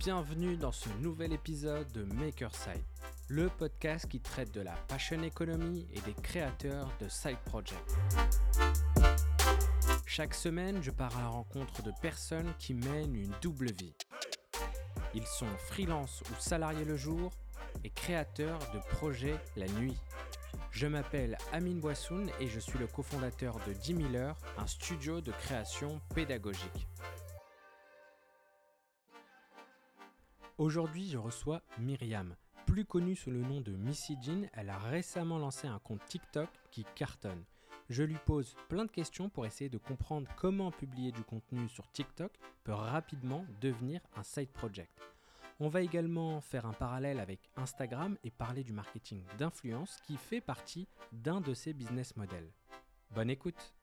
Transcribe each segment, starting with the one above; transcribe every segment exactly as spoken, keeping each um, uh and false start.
Bienvenue dans ce nouvel épisode de Makerside, le podcast qui traite de la passion economy et des créateurs de side projects. Chaque semaine, je pars à la rencontre de personnes qui mènent une double vie. Ils sont freelance ou salariés le jour et créateurs de projets la nuit. Je m'appelle Amine Boissoun et je suis le cofondateur de dix mille heures, un studio de création pédagogique. Aujourd'hui, je reçois Myriam. Plus connue sous le nom de Missy Jean, elle a récemment lancé un compte TikTok qui cartonne. Je lui pose plein de questions pour essayer de comprendre comment publier du contenu sur TikTok peut rapidement devenir un side project. On va également faire un parallèle avec Instagram et parler du marketing d'influence qui fait partie d'un de ses business models. Bonne écoute!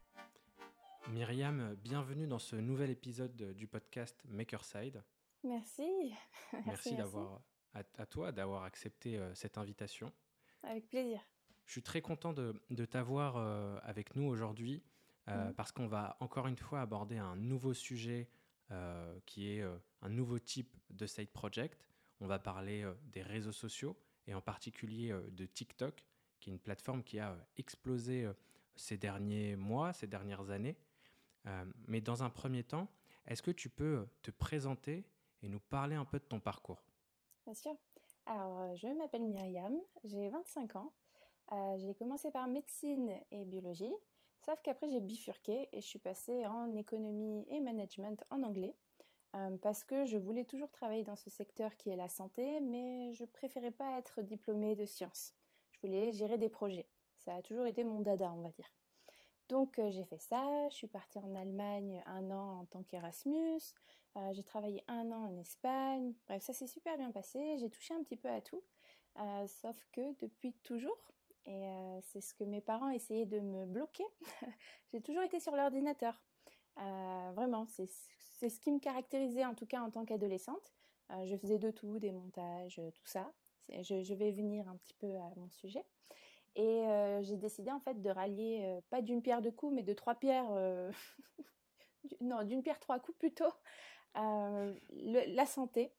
Myriam, bienvenue dans ce nouvel épisode du podcast Makerside. Merci. Merci, merci, d'avoir, à, à toi d'avoir accepté euh, cette invitation. Avec plaisir. Je suis très content de, de t'avoir euh, avec nous aujourd'hui euh, mmh. parce qu'on va encore une fois aborder un nouveau sujet euh, qui est euh, un nouveau type de side project. On va parler euh, des réseaux sociaux et en particulier euh, de TikTok, qui est une plateforme qui a euh, explosé euh, ces derniers mois, ces dernières années. Euh, mais dans un premier temps, est-ce que tu peux te présenter et nous parler un peu de ton parcours? Bien sûr. Alors, je m'appelle Myriam, j'ai vingt-cinq ans. Euh, j'ai commencé par médecine et biologie, sauf qu'après j'ai bifurqué et je suis passée en économie et management en anglais euh, parce que je voulais toujours travailler dans ce secteur qui est la santé, mais je préférais pas être diplômée de sciences. Je voulais gérer des projets. Ça a toujours été mon dada, on va dire. Donc euh, j'ai fait ça, je suis partie en Allemagne un an en tant qu'Erasmus, euh, j'ai travaillé un an en Espagne, bref ça s'est super bien passé, j'ai touché un petit peu à tout, euh, sauf que depuis toujours, et euh, c'est ce que mes parents essayaient de me bloquer, j'ai toujours été sur l'ordinateur. Euh, vraiment, c'est, c'est ce qui me caractérisait en tout cas en tant qu'adolescente. Euh, je faisais de tout, des montages, tout ça. Je, je vais venir un petit peu à mon sujet. Et euh, j'ai décidé en fait de rallier, euh, pas d'une pierre deux coups, mais de trois pierres, euh, non, d'une pierre trois coups plutôt, euh, le, la santé,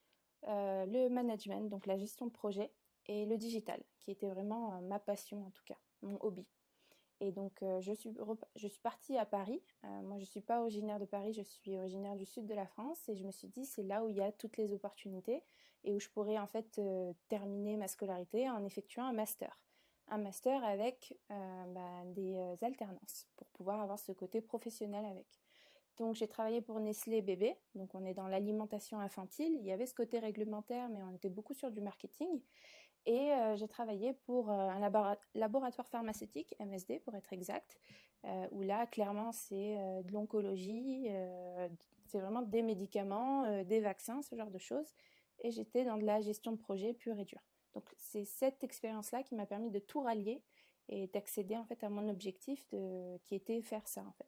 euh, le management, donc la gestion de projet, et le digital, qui était vraiment euh, ma passion en tout cas, mon hobby. Et donc euh, je, suis rep- je suis partie à Paris. Euh, moi je ne suis pas originaire de Paris, je suis originaire du sud de la France. Et je me suis dit c'est là où il y a toutes les opportunités et où je pourrais en fait euh, terminer ma scolarité en effectuant un master. Un master avec euh, bah, des euh, alternances pour pouvoir avoir ce côté professionnel avec. Donc j'ai travaillé pour Nestlé Bébé, donc on est dans l'alimentation infantile. Il y avait ce côté réglementaire, mais on était beaucoup sur du marketing. Et euh, j'ai travaillé pour euh, un labora- laboratoire pharmaceutique, M S D pour être exact, euh, où là, clairement, c'est euh, de l'oncologie, euh, c'est vraiment des médicaments, euh, des vaccins, ce genre de choses. Et j'étais dans de la gestion de projet pure et dure. Donc c'est cette expérience-là qui m'a permis de tout rallier et d'accéder en fait à mon objectif de, qui était faire ça en fait.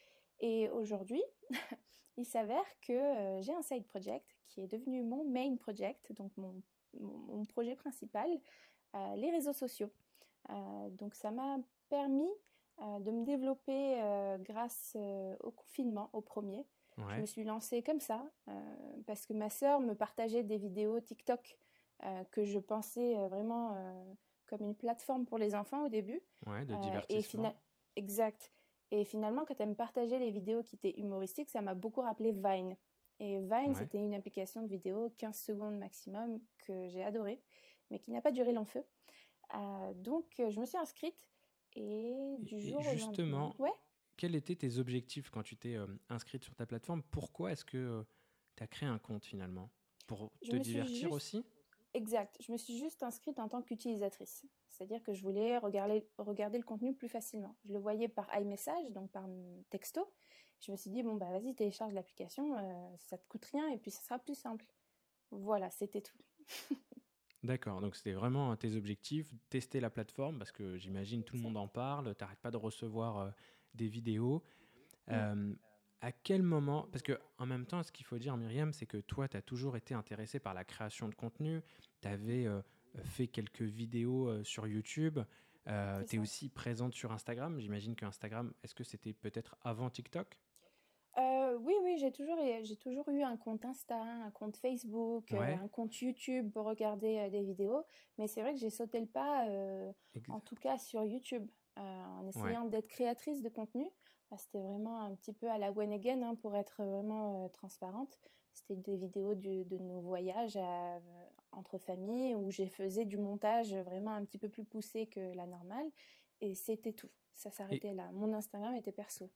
Et aujourd'hui, il s'avère que euh, j'ai un side project qui est devenu mon main project, donc mon, mon, mon projet principal, euh, les réseaux sociaux. Euh, donc ça m'a permis euh, de me développer euh, grâce euh, au confinement, au premier. Ouais. Je me suis lancée comme ça, euh, parce que ma sœur me partageait des vidéos TikTok euh, que je pensais euh, vraiment euh, comme une plateforme pour les enfants au début. Ouais, de divertissement. Euh, et fina- exact. Et finalement, quand elle me partageait les vidéos qui étaient humoristiques, ça m'a beaucoup rappelé Vine. Et Vine, ouais. C'était une application de vidéo, quinze secondes maximum, que j'ai adorée, mais qui n'a pas duré long feu. Euh, donc, je me suis inscrite et du et, jour et justement, au lendemain... Ouais. Quels étaient tes objectifs quand tu t'es euh, inscrite sur ta plateforme? Pourquoi est-ce que euh, tu as créé un compte finalement? Pour je te me divertir suis juste... aussi? Exact. Je me suis juste inscrite en tant qu'utilisatrice. C'est-à-dire que je voulais regarder, regarder le contenu plus facilement. Je le voyais par iMessage, donc par texto. Je me suis dit, bon, bah vas-y, télécharge l'application, euh, ça te coûte rien et puis ça sera plus simple. Voilà, c'était tout. D'accord, donc c'était vraiment tes objectifs, tester la plateforme, parce que j'imagine tout le monde en parle, tu n'arrêtes pas de recevoir euh, des vidéos. Euh, mmh. À quel moment, parce qu'en même temps, ce qu'il faut dire, Myriam, c'est que toi, tu as toujours été intéressée par la création de contenu, tu avais euh, fait quelques vidéos euh, sur YouTube, euh, tu es aussi présente sur Instagram. J'imagine que Instagram, est-ce que c'était peut-être avant TikTok? Euh, oui, oui, j'ai toujours, j'ai toujours eu un compte Insta, un compte Facebook, euh, Ouais, un compte YouTube pour regarder euh, des vidéos. Mais c'est vrai que j'ai sauté le pas, euh, en ex- tout cas sur YouTube, euh, en ouais. essayant d'être créatrice de contenu. Bah, c'était vraiment un petit peu à la one again, hein, pour être vraiment euh, transparente. C'était des vidéos du- de nos voyages à- entre familles où j'ai faisais du montage vraiment un petit peu plus poussé que la normale. Et c'était tout. Ça Et, s'arrêtait là. Mon Instagram était perso.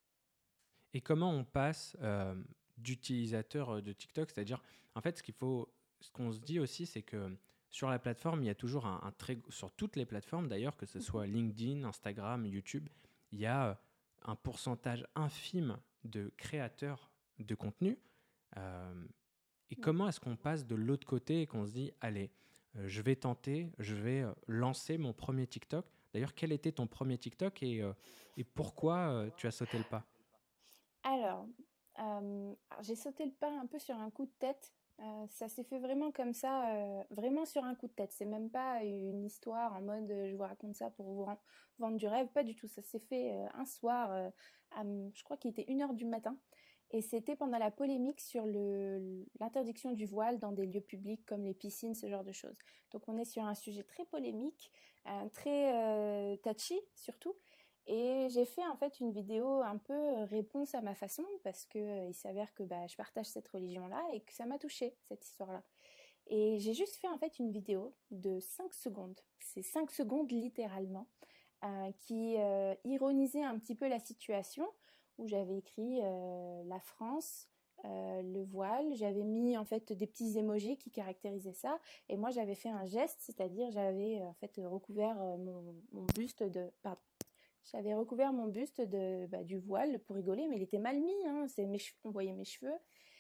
et comment on passe euh, d'utilisateur euh, de TikTok, c'est-à-dire, en fait, ce qu'il faut, ce qu'on se dit aussi, c'est que sur la plateforme, il y a toujours un, un très, sur toutes les plateformes d'ailleurs, que ce Mhm. soit LinkedIn, Instagram, YouTube, il y a euh, un pourcentage infime de créateurs de contenu. Euh, et Ouais. comment est-ce qu'on passe de l'autre côté et qu'on se dit, allez, euh, je vais tenter, je vais euh, lancer mon premier TikTok. D'ailleurs, quel était ton premier TikTok et, euh, et pourquoi euh, tu as sauté le pas? Alors, euh, alors, j'ai sauté le pas un peu sur un coup de tête. Euh, ça s'est fait vraiment comme ça, euh, vraiment sur un coup de tête. C'est même pas une histoire en mode euh, je vous raconte ça pour vous ren- vendre du rêve, pas du tout. Ça s'est fait euh, un soir, euh, à m- je crois qu'il était une heure du matin. Et c'était pendant la polémique sur le, l'interdiction du voile dans des lieux publics comme les piscines, ce genre de choses. Donc on est sur un sujet très polémique, euh, très euh, touchy surtout. Et j'ai fait en fait une vidéo un peu euh, réponse à ma façon parce que euh, il s'avère que bah, je partage cette religion-là et que ça m'a touchée cette histoire-là. Et j'ai juste fait en fait une vidéo de cinq secondes. C'est cinq secondes littéralement, euh, qui euh, ironisait un petit peu la situation où j'avais écrit euh, la France, euh, le voile, j'avais mis en fait des petits émojis qui caractérisaient ça et moi j'avais fait un geste, c'est-à-dire j'avais en fait recouvert euh, mon, mon buste de pardon, j'avais recouvert mon buste de, bah, du voile pour rigoler, mais il était mal mis, hein, c'est mes cheveux, on voyait mes cheveux.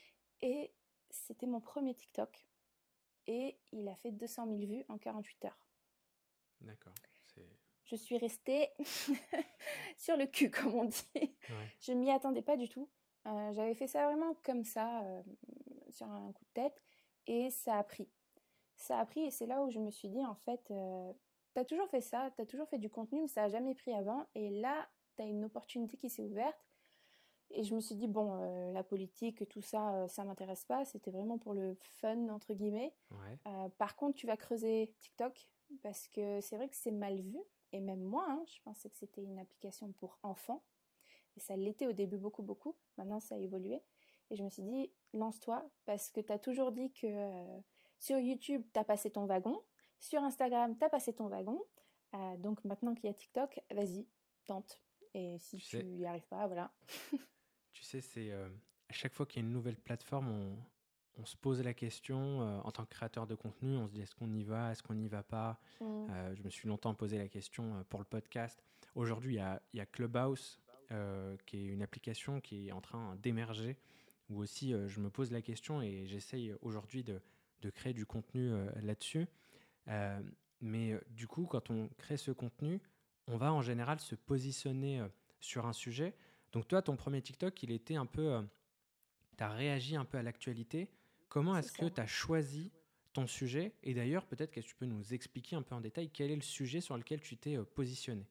Et c'était mon premier TikTok. Et il a fait deux cent mille vues en quarante-huit heures. D'accord, c'est... Je suis restée sur le cul, comme on dit. Ouais. Je m'y attendais pas du tout. Euh, j'avais fait ça vraiment comme ça, euh, sur un coup de tête. Et ça a pris. Ça a pris et c'est là où je me suis dit, en fait, euh, t'as toujours fait ça, t'as toujours fait du contenu, mais ça a jamais pris avant. Et là, t'as une opportunité qui s'est ouverte. Et je me suis dit, bon, euh, la politique, tout ça, euh, ça m'intéresse pas. C'était vraiment pour le fun, entre guillemets. Ouais. Euh, par contre, tu vas creuser TikTok parce que c'est vrai que c'est mal vu. Et même moi, hein, je pensais que c'était une application pour enfants. Et ça l'était au début beaucoup, beaucoup. Maintenant, ça a évolué. Et je me suis dit, lance-toi parce que tu as toujours dit que euh, sur YouTube, tu as passé ton wagon. Sur Instagram, tu as passé ton wagon. Euh, donc maintenant qu'il y a TikTok, vas-y, tente. Et si Tu tu sais, y arrives pas, voilà. tu sais, c'est euh, à chaque fois qu'il y a une nouvelle plateforme, on, on se pose la question euh, en tant que créateur de contenu, on se dit est-ce qu'on y va, est-ce qu'on n'y va pas. Mm. Euh, je me suis longtemps posé la question euh, pour le podcast. Aujourd'hui, il y a, il y a Clubhouse, euh, qui est une application qui est en train d'émerger, où aussi euh, je me pose la question et j'essaye aujourd'hui de, de créer du contenu euh, là-dessus. Euh, mais euh, du coup, quand on crée ce contenu, on va en général se positionner euh, sur un sujet. Donc toi, ton premier TikTok, il était un peu... tu as réagi un peu à l'actualité. Comment C'est est-ce que ça. tu as choisi ton sujet? Et d'ailleurs, peut-être que tu peux nous expliquer un peu en détail quel est le sujet sur lequel tu t'es euh, positionné.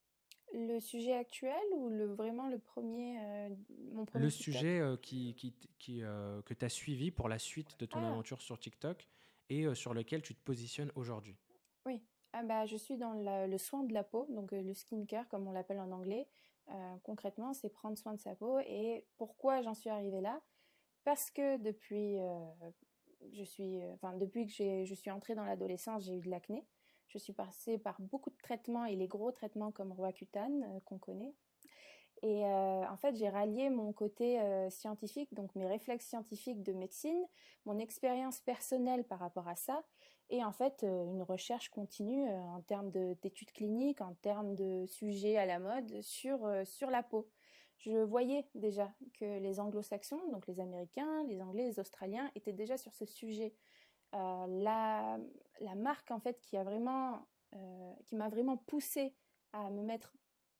Le sujet actuel ou le, vraiment le premier, euh, mon Le premier TikTok? sujet euh, qui, qui, t- qui, euh, que tu as suivi pour la suite de ton Ah, aventure sur TikTok et euh, sur lequel tu te positionnes aujourd'hui. oui. Ah bah, je suis dans la- le soin de la peau, donc euh, le skincare comme on l'appelle en anglais. Euh, concrètement, c'est prendre soin de sa peau. Et pourquoi j'en suis arrivée là? Parce que depuis, euh, je suis, euh, enfin, depuis que j'ai, je suis entrée dans l'adolescence, j'ai eu de l'acné. Je suis passée par beaucoup de traitements et les gros traitements comme Roaccutane, euh, qu'on connaît. Et euh, en fait, j'ai rallié mon côté euh, scientifique, donc mes réflexes scientifiques de médecine, mon expérience personnelle par rapport à ça, et en fait, euh, une recherche continue euh, en termes de, d'études cliniques, en termes de sujets à la mode sur, euh, sur la peau. Je voyais déjà que les anglo-saxons, donc les Américains, les Anglais, les Australiens, étaient déjà sur ce sujet. Euh, la, la marque, en fait, qui a vraiment, euh, qui m'a vraiment poussée à me mettre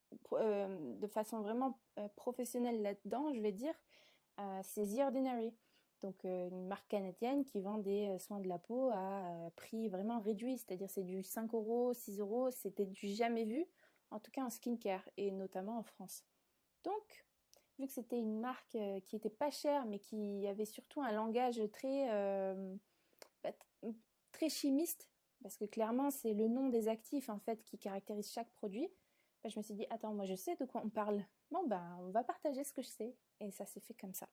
euh, de façon vraiment euh, professionnelle là-dedans, je vais dire, euh, c'est The Ordinary. Donc euh, une marque canadienne qui vend des euh, soins de la peau à euh, prix vraiment réduit, c'est-à-dire c'est du cinq euros, six euros, c'était du jamais vu, en tout cas en skincare et notamment en France. Donc vu que c'était une marque euh, qui était pas chère, mais qui avait surtout un langage très, euh, bah, t- très chimiste, parce que clairement, c'est le nom des actifs en fait qui caractérise chaque produit. Bah, je me suis dit, attends, moi je sais de quoi on parle. Bon, bah, on va partager ce que je sais. Et ça s'est fait comme ça.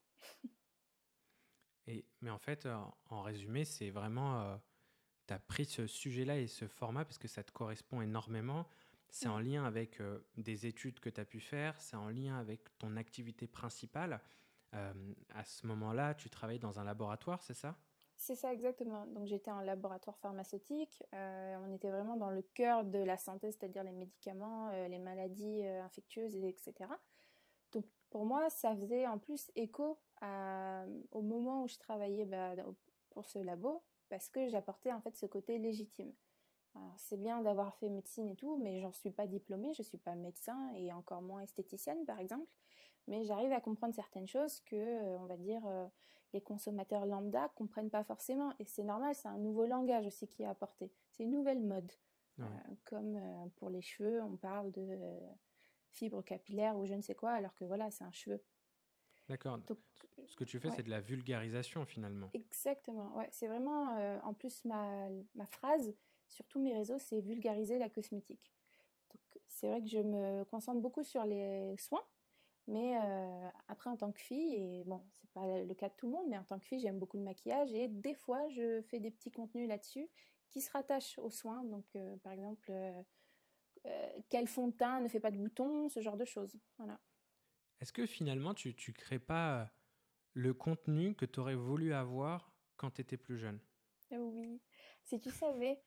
Et, mais en fait, euh, en résumé, c'est vraiment, tu as pris ce sujet-là et ce format parce que ça te correspond énormément. C'est en Ouais. lien avec euh, des études que tu as pu faire, c'est en lien avec ton activité principale. Euh, à ce moment-là, tu travailles dans un laboratoire, c'est ça? C'est ça exactement. Donc j'étais en laboratoire pharmaceutique. Euh, on était vraiment dans le cœur de la santé, c'est-à-dire les médicaments, euh, les maladies euh, infectieuses, et etc. Donc pour moi, ça faisait en plus écho à- au moment où je travaillais bah, pour ce labo, parce que j'apportais en fait ce côté légitime. Alors, c'est bien d'avoir fait médecine et tout, mais j'en suis pas diplômée, je suis pas médecin et encore moins esthéticienne par exemple. Mais j'arrive à comprendre certaines choses que, euh, on va dire, euh, les consommateurs lambda comprennent pas forcément. Et c'est normal, c'est un nouveau langage aussi qui est apporté. C'est une nouvelle mode. Euh, Oui. comme euh, pour les cheveux, on parle de euh, fibres capillaires ou je ne sais quoi, alors que voilà, c'est un cheveu. D'accord. Donc, Ce que tu fais, ouais, c'est de la vulgarisation finalement. exactement. Ouais, c'est vraiment, euh, en plus, ma, ma phrase sur tous mes réseaux, c'est vulgariser la cosmétique. Donc, c'est vrai que je me concentre beaucoup sur les soins, mais euh, après, en tant que fille, et bon, c'est pas le cas de tout le monde, mais en tant que fille, j'aime beaucoup le maquillage et des fois, je fais des petits contenus là-dessus qui se rattachent aux soins. Donc, euh, par exemple, euh, euh, quel fond de teint ne fait pas de boutons, ce genre de choses. Voilà. Est-ce que finalement, tu ne crées pas euh, le contenu que tu aurais voulu avoir quand tu étais plus jeune? Oui, si tu savais,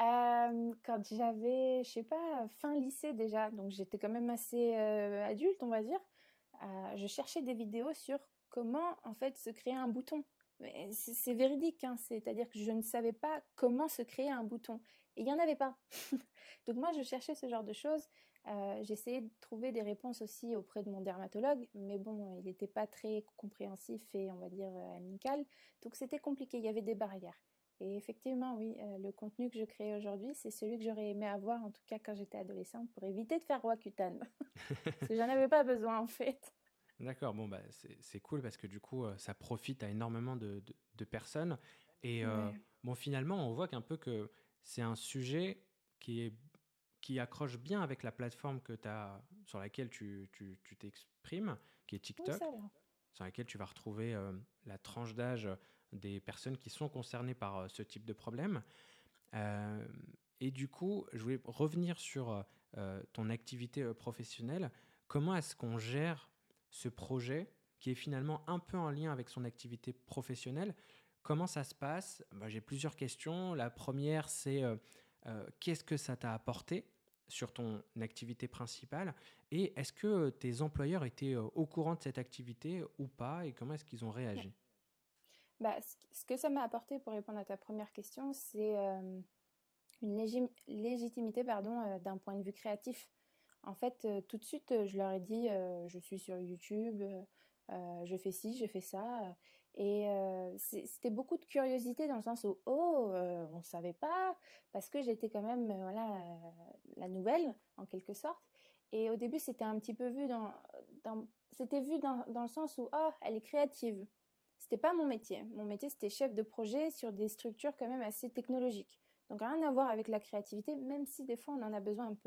euh, quand j'avais, je sais pas, fin lycée déjà, donc j'étais quand même assez euh, adulte, on va dire, euh, je cherchais des vidéos sur comment en fait se créer un bouton. Mais C'est c'est véridique, hein, c'est-à-dire que je ne savais pas comment se créer un bouton. Et il n'y en avait pas. Donc moi, je cherchais ce genre de choses. Euh, j'essayais de trouver des réponses aussi auprès de mon dermatologue, mais bon, il n'était pas très compréhensif et on va dire euh, amical. Donc c'était compliqué, il y avait des barrières. Et effectivement, oui, euh, le contenu que je crée aujourd'hui, c'est celui que j'aurais aimé avoir, en tout cas quand j'étais adolescente, pour éviter de faire Roaccutane. Parce que j'en avais pas besoin, en fait. D'accord, bon, bah, c'est c'est cool parce que du coup, euh, ça profite à énormément de, de- de personnes. Et euh, Ouais, bon, finalement, on voit qu'un peu que c'est un sujet qui est, qui accroche bien avec la plateforme que t'as, sur laquelle tu tu- tu t'exprimes, qui est oui, ça TikTok, va. sur laquelle tu vas retrouver euh, la tranche d'âge des personnes qui sont concernées par euh, ce type de problème. Euh, et du coup, je voulais revenir sur euh, ton activité euh, professionnelle. Comment est-ce qu'on gère ce projet qui est finalement un peu en lien avec son activité professionnelle? Comment ça se passe? Bah, j'ai plusieurs questions. La première, c'est euh, euh, qu'est-ce que ça t'a apporté sur ton activité principale? Et est-ce que euh, tes employeurs étaient euh, au courant de cette activité ou pas? Et comment est-ce qu'ils ont Ouais. réagi? Bah, ce ce que ça m'a apporté pour répondre à ta première question, c'est euh, une légim- légitimité pardon, euh, d'un point de vue créatif. En fait, euh, tout de suite, euh, je leur ai dit, euh, je suis sur YouTube, euh, euh, je fais ci, je fais ça. euh, Et euh, c'est- c'était beaucoup de curiosité dans le sens où, oh, euh, on ne savait pas, parce que j'étais quand même, euh, voilà, euh, la nouvelle, en quelque sorte. Et au début, c'était un petit peu vu dans, dans- c'était vu dans, dans le sens où, oh, elle est créative. C'était pas mon métier. Mon métier, c'était chef de projet sur des structures quand même assez technologiques. Donc rien à voir avec la créativité, même si des fois on en a besoin un peu.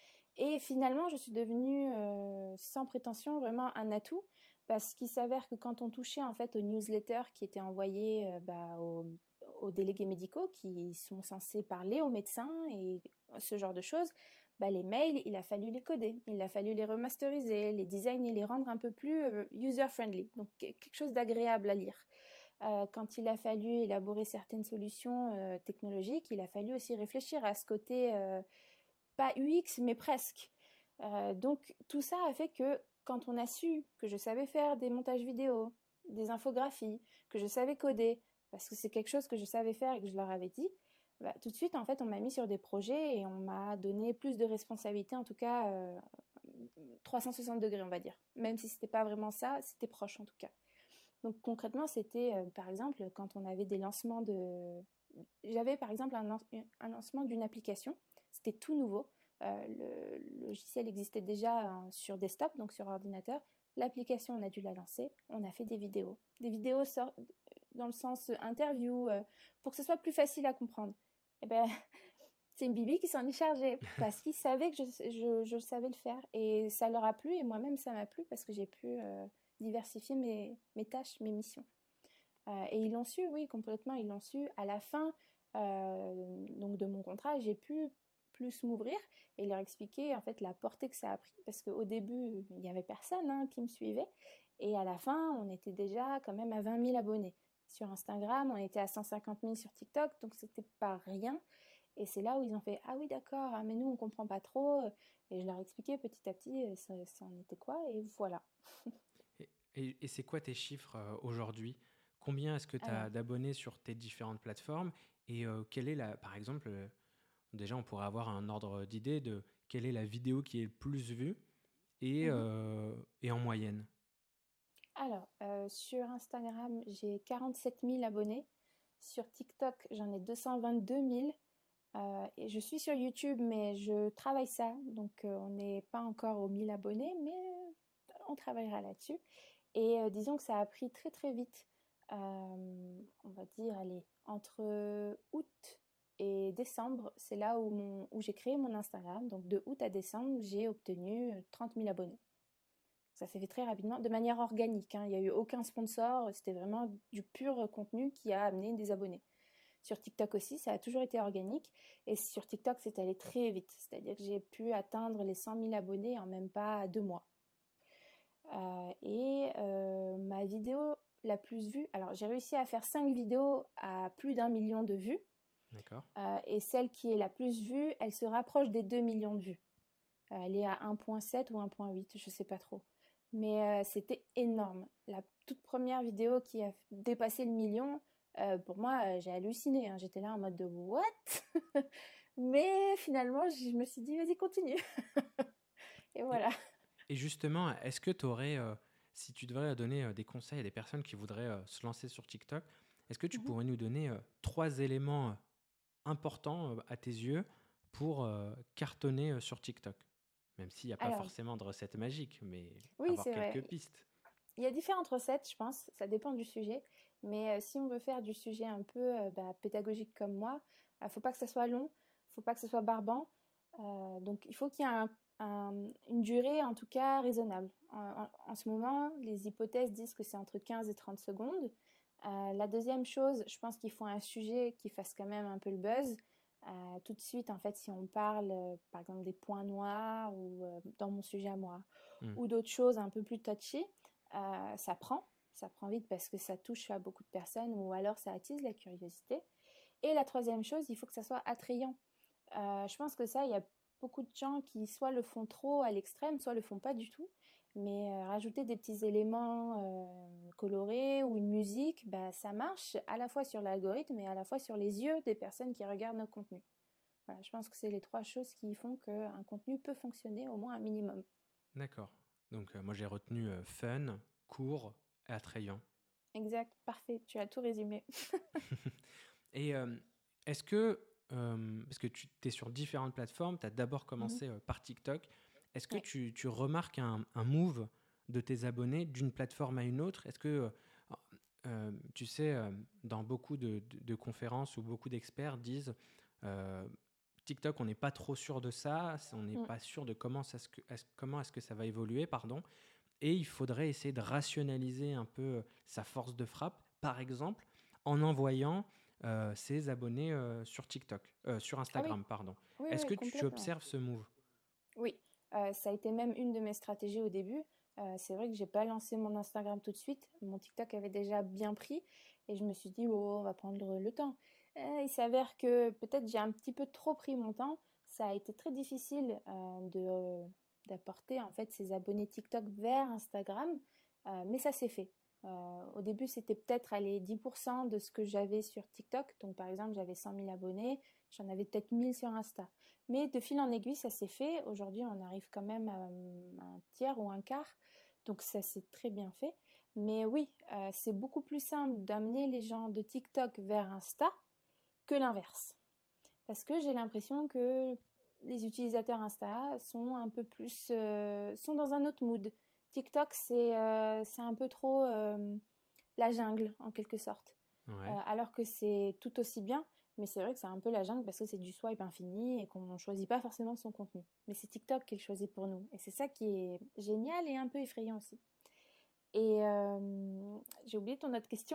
Et finalement, je suis devenue euh, sans prétention vraiment un atout parce qu'il s'avère que quand on touchait en fait aux newsletters qui étaient envoyés euh, bah, aux, aux délégués médicaux qui sont censés parler aux médecins et ce genre de choses, bah, les mails, il a fallu les coder, il a fallu les remasteriser, les designer, les rendre un peu plus euh, user-friendly, donc quelque chose d'agréable à lire. Euh, quand il a fallu élaborer certaines solutions euh, technologiques, il a fallu aussi réfléchir à ce côté euh, pas U X, mais presque. Euh, donc tout ça a fait que quand on a su que je savais faire des montages vidéo, des infographies, que je savais coder, parce que c'est quelque chose que je savais faire et que je leur avais dit, bah, tout de suite en fait on m'a mis sur des projets et on m'a donné plus de responsabilités, en tout cas euh, trois cent soixante degrés on va dire. Même si c'était pas vraiment ça, c'était proche en tout cas. Donc concrètement c'était euh, par exemple quand on avait des lancements de... J'avais par exemple un, un lancement d'une application, c'était tout nouveau. Euh, le, le logiciel existait déjà euh, sur desktop, donc sur ordinateur, l'application, on a dû la lancer, on a fait des vidéos. Des vidéos sor- dans le sens interview, euh, pour que ce soit plus facile à comprendre. Et ben, c'est une Bibi qui s'en est chargée parce qu'ils savaient que je, je, je savais le faire. Et ça leur a plu et moi-même, ça m'a plu parce que j'ai pu euh, diversifier mes, mes tâches, mes missions. Euh, et ils l'ont su, oui, complètement, ils l'ont su. À la fin euh, donc de mon contrat, j'ai pu plus m'ouvrir et leur expliquer en fait la portée que ça a pris parce qu'au début, il n'y avait personne hein, qui me suivait et à la fin, on était déjà quand même à vingt mille abonnés. Sur Instagram, on était à cent cinquante mille sur TikTok, donc c'était pas rien. Et c'est là où ils ont fait « Ah oui, d'accord, ah, mais nous, on comprend pas trop. » Et je leur expliquais petit à petit, ça, ça en était quoi, et voilà. Et, et, et c'est quoi tes chiffres euh, aujourd'hui? Combien est-ce que tu as Alors, d'abonnés sur tes différentes plateformes? Et euh, quelle est la, par exemple, euh, déjà on pourrait avoir un ordre d'idée de quelle est la vidéo qui est le plus vue et, mhm. euh, et en moyenne? Alors euh, sur Instagram, j'ai quarante-sept mille abonnés. Sur TikTok, j'en ai deux cent vingt-deux mille. Euh, et je suis sur YouTube, mais je travaille ça. Donc, euh, on n'est pas encore aux mille abonnés, mais on travaillera là-dessus. Et euh, disons que ça a pris très très vite. Euh, on va dire, allez, entre août et décembre, c'est là où, mon, où j'ai créé mon Instagram. Donc, de août à décembre, j'ai obtenu trente mille abonnés. Ça s'est fait très rapidement, de manière organique. Hein. Il n'y a eu aucun sponsor, c'était vraiment du pur contenu qui a amené des abonnés. Sur TikTok aussi, ça a toujours été organique. Et sur TikTok, c'est allé très vite. C'est-à-dire que j'ai pu atteindre les cent mille abonnés en même pas deux mois. Euh, et euh, ma vidéo la plus vue, alors j'ai réussi à faire cinq vidéos à plus d'un million de vues. D'accord. Euh, et celle qui est la plus vue, elle se rapproche des deux millions de vues. Euh, elle est à un virgule sept ou un virgule huit, je ne sais pas trop. Mais euh, c'était énorme. La toute première vidéo qui a dépassé le million, euh, pour moi, euh, j'ai halluciné. Hein. J'étais là en mode de what? Mais finalement, je me suis dit, vas-y, continue. Et Et, voilà. et justement, est-ce que tu aurais, euh, si tu devrais donner euh, des conseils à des personnes qui voudraient euh, se lancer sur TikTok, est-ce que tu Mhm. pourrais nous donner euh, trois éléments euh, importants euh, à tes yeux pour euh, cartonner euh, sur TikTok? Même s'il n'y a pas Alors, forcément de recette magique, mais oui, avoir c'est vrai. quelques pistes. Il y a différentes recettes, je pense. Ça dépend du sujet. Mais euh, si on veut faire du sujet un peu euh, bah, pédagogique comme moi, il ne faut pas que ça soit long. Il ne faut pas que ce soit barbant. Euh, donc, il faut qu'il y ait un, un, une durée, en tout cas, raisonnable. En, en, en, ce moment, les hypothèses disent que c'est entre quinze et trente secondes. Euh, la deuxième chose, je pense qu'il faut un sujet qui fasse quand même un peu le buzz. Euh, tout de suite, en fait, si on parle, euh, par exemple, des points noirs ou euh, dans mon sujet à moi, Hmm. ou d'autres choses un peu plus touchy, euh, ça prend. Ça prend vite parce que ça touche à beaucoup de personnes ou alors ça attise la curiosité. Et la troisième chose, il faut que ça soit attrayant. Euh, je pense que ça, il y a beaucoup de gens qui soit le font trop à l'extrême, soit le font pas du tout. Mais euh, rajouter des petits éléments euh, colorés ou une musique, bah, ça marche à la fois sur l'algorithme et à la fois sur les yeux des personnes qui regardent nos contenus. Voilà, je pense que c'est les trois choses qui font qu'un contenu peut fonctionner au moins un minimum. D'accord. Donc, euh, moi, j'ai retenu euh, fun, court et attrayant. Exact, parfait, tu as tout résumé. Et euh, est-ce que, euh, parce que tu es sur différentes plateformes, tu as d'abord Mhm. commencé euh, par TikTok, est-ce que Ouais. tu, tu remarques un, un move de tes abonnés d'une plateforme à une autre? Est-ce que, euh, euh, tu sais, euh, dans beaucoup de, de- de conférences où beaucoup d'experts disent euh, TikTok, on n'est pas trop sûr de ça, on n'est Mm. pas sûr de comment, ça, se- est-ce- comment est-ce que ça va évoluer, pardon, et il faudrait essayer de rationaliser un peu sa force de frappe, par exemple, en envoyant euh, ses abonnés euh, sur TikTok, euh, sur Ah oui, Instagram, pardon. oui, Est-ce oui, que tu complètement. observes ce move? Oui, euh, ça a été même une de mes stratégies au début. Euh, c'est vrai que j'ai pas lancé mon Instagram tout de suite. Mon TikTok avait déjà bien pris et je me suis dit, oh, on va prendre le, le temps. Euh, il s'avère que peut-être j'ai un petit peu trop pris mon temps. Ça a été très difficile euh, de, d'apporter en fait ces abonnés TikTok vers Instagram, euh, mais ça s'est fait. Euh, au début, c'était peut-être aller dix pour cent de ce que j'avais sur TikTok. Donc, par exemple, j'avais cent mille abonnés, j'en avais peut-être mille sur Insta. Mais de fil en aiguille, ça s'est fait. Aujourd'hui, on arrive quand même à un tiers ou un quart. Donc ça s'est très bien fait. Mais oui, euh, c'est beaucoup plus simple d'amener les gens de TikTok vers Insta que l'inverse. Parce que j'ai l'impression que les utilisateurs Insta sont un peu plus... euh, sont dans un autre mood. TikTok, c'est euh, c'est un peu trop euh, la jungle, en quelque sorte. Euh, Ouais. alors que c'est tout aussi bien, mais c'est vrai que c'est un peu la jungle parce que c'est du swipe infini et qu'on ne choisit pas forcément son contenu. Mais c'est TikTok qui le choisit pour nous. Et c'est ça qui est génial et un peu effrayant aussi. Et euh, j'ai oublié ton autre question.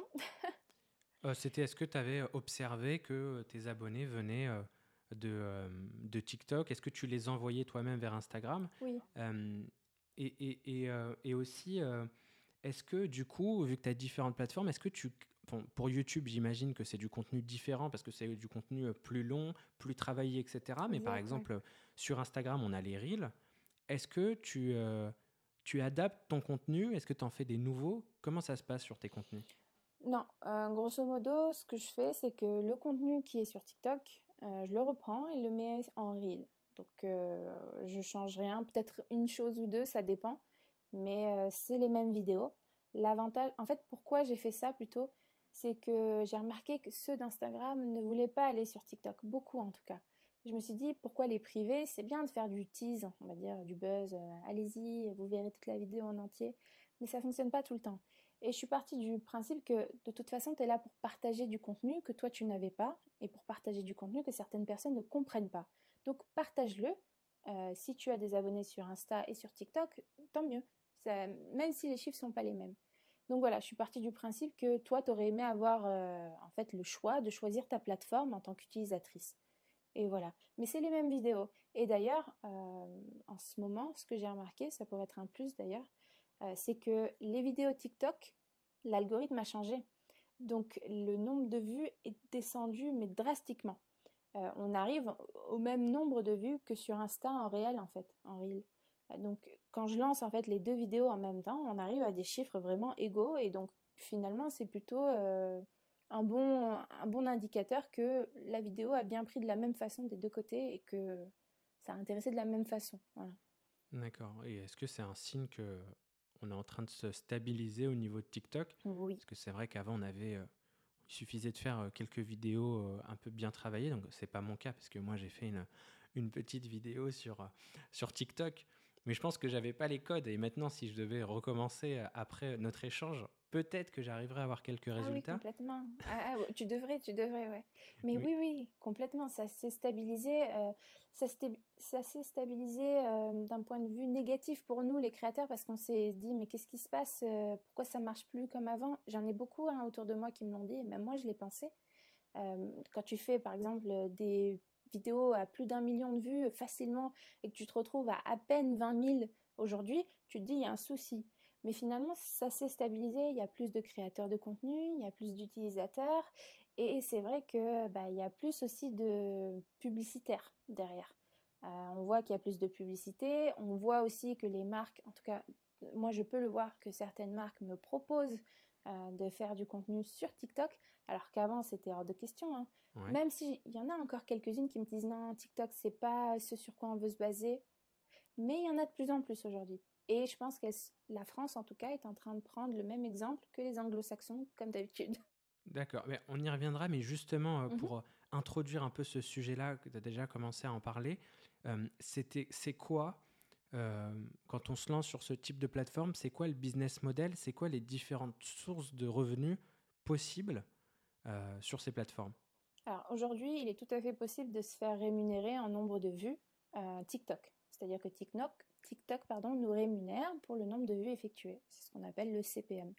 Euh, c'était est-ce que tu avais observé que tes abonnés venaient euh, de, euh, de TikTok? Est-ce que tu les envoyais toi-même vers Instagram? Oui, Euh, et, et, et, euh, et aussi, euh, est-ce que du coup, vu que tu as différentes plateformes, est-ce que tu... bon, pour YouTube, j'imagine que c'est du contenu différent parce que c'est du contenu euh, plus long, plus travaillé, et cetera. Mais par exact, ouais. exemple, euh, sur Instagram, on a les Reels. Est-ce que tu, euh, tu adaptes ton contenu? Est-ce que tu en fais des nouveaux? Comment ça se passe sur tes contenus? Non, euh, grosso modo, ce que je fais, c'est que le contenu qui est sur TikTok, euh, je le reprends et le mets en reel. Donc, euh, je change rien, peut-être une chose ou deux, ça dépend, mais euh, c'est les mêmes vidéos. L'avantage, en fait, pourquoi j'ai fait ça plutôt, c'est que j'ai remarqué que ceux d'Instagram ne voulaient pas aller sur TikTok, beaucoup en tout cas. Je me suis dit, pourquoi les priver? C'est bien de faire du tease, on va dire, du buzz, euh, allez-y, vous verrez toute la vidéo en entier, mais ça fonctionne pas tout le temps. Et je suis partie du principe que de toute façon, tu es là pour partager du contenu que toi tu n'avais pas et pour partager du contenu que certaines personnes ne comprennent pas. Donc partage-le. Euh, si tu as des abonnés sur Insta et sur TikTok, tant mieux. Ça, même si les chiffres sont pas les mêmes. Donc voilà, je suis partie du principe que toi, tu aurais aimé avoir euh, en fait le choix de choisir ta plateforme en tant qu'utilisatrice. Et voilà. Mais c'est les mêmes vidéos. Et d'ailleurs, euh, en ce moment, ce que j'ai remarqué, ça pourrait être un plus d'ailleurs, euh, c'est que les vidéos TikTok, l'algorithme a changé. Donc le nombre de vues est descendu, mais drastiquement. Euh, on arrive au même nombre de vues que sur Insta en réel, en fait, en reel. Euh, Donc quand je lance en fait les deux vidéos en même temps, on arrive à des chiffres vraiment égaux. Et donc finalement, c'est plutôt euh, un bon, un bon indicateur que la vidéo a bien pris de la même façon des deux côtés et que ça a intéressé de la même façon. Voilà. D'accord. Et est-ce que c'est un signe que on est en train de se stabiliser au niveau de TikTok? Oui. Parce que c'est vrai qu'avant, on avait, euh, il suffisait de faire euh, quelques vidéos euh, un peu bien travaillées. Donc, c'est pas mon cas parce que moi, j'ai fait une, une petite vidéo sur, euh, sur TikTok. Mais je pense que j'avais pas les codes. Et maintenant, si je devais recommencer euh, après notre échange, peut-être que j'arriverais à avoir quelques Ah oui, résultats. complètement. Ah, ah, ouais, tu devrais, tu devrais, ouais. Mais Mais oui, oui, complètement. Ça s'est stabilisé, euh, ça s'est ça s'est stabilisé euh, d'un point de vue négatif pour nous, les créateurs, parce qu'on s'est dit, mais qu'est-ce qui se passe? euh, Pourquoi ça marche plus comme avant? J'en ai beaucoup hein, autour de moi qui me l'ont dit, et même moi, je l'ai pensé. Euh, quand tu fais, par exemple, des vidéos à plus d'un million de vues facilement et que tu te retrouves à à peine vingt mille aujourd'hui, tu te dis, il y a un souci. Mais finalement, ça s'est stabilisé. Il y a plus de créateurs de contenu, il y a plus d'utilisateurs. Et c'est vrai que bah, il y a plus aussi de publicitaires derrière. Euh, on voit qu'il y a plus de publicité. On voit aussi que les marques, en tout cas, moi je peux le voir que certaines marques me proposent euh, de faire du contenu sur TikTok, alors qu'avant c'était hors de question. Hein. ouais. Même s'il y en a encore quelques-unes qui me disent non, TikTok c'est pas ce sur quoi on veut se baser, mais il y en a de plus en plus aujourd'hui. Et je pense que la France, en tout cas, est en train de prendre le même exemple que les anglo-saxons, comme d'habitude. D'accord, mais on y reviendra, mais justement, euh, Mhm. pour euh, introduire un peu ce sujet-là, que tu as déjà commencé à en parler, euh, c'était, c'est quoi, euh, quand on se lance sur ce type de plateforme, c'est quoi le business model? C'est quoi les différentes sources de revenus possibles euh, sur ces plateformes? Alors aujourd'hui, il est tout à fait possible de se faire rémunérer en nombre de vues euh, TikTok. C'est-à-dire que TikTok, TikTok pardon, nous rémunère pour le nombre de vues effectuées. C'est ce qu'on appelle le C P M.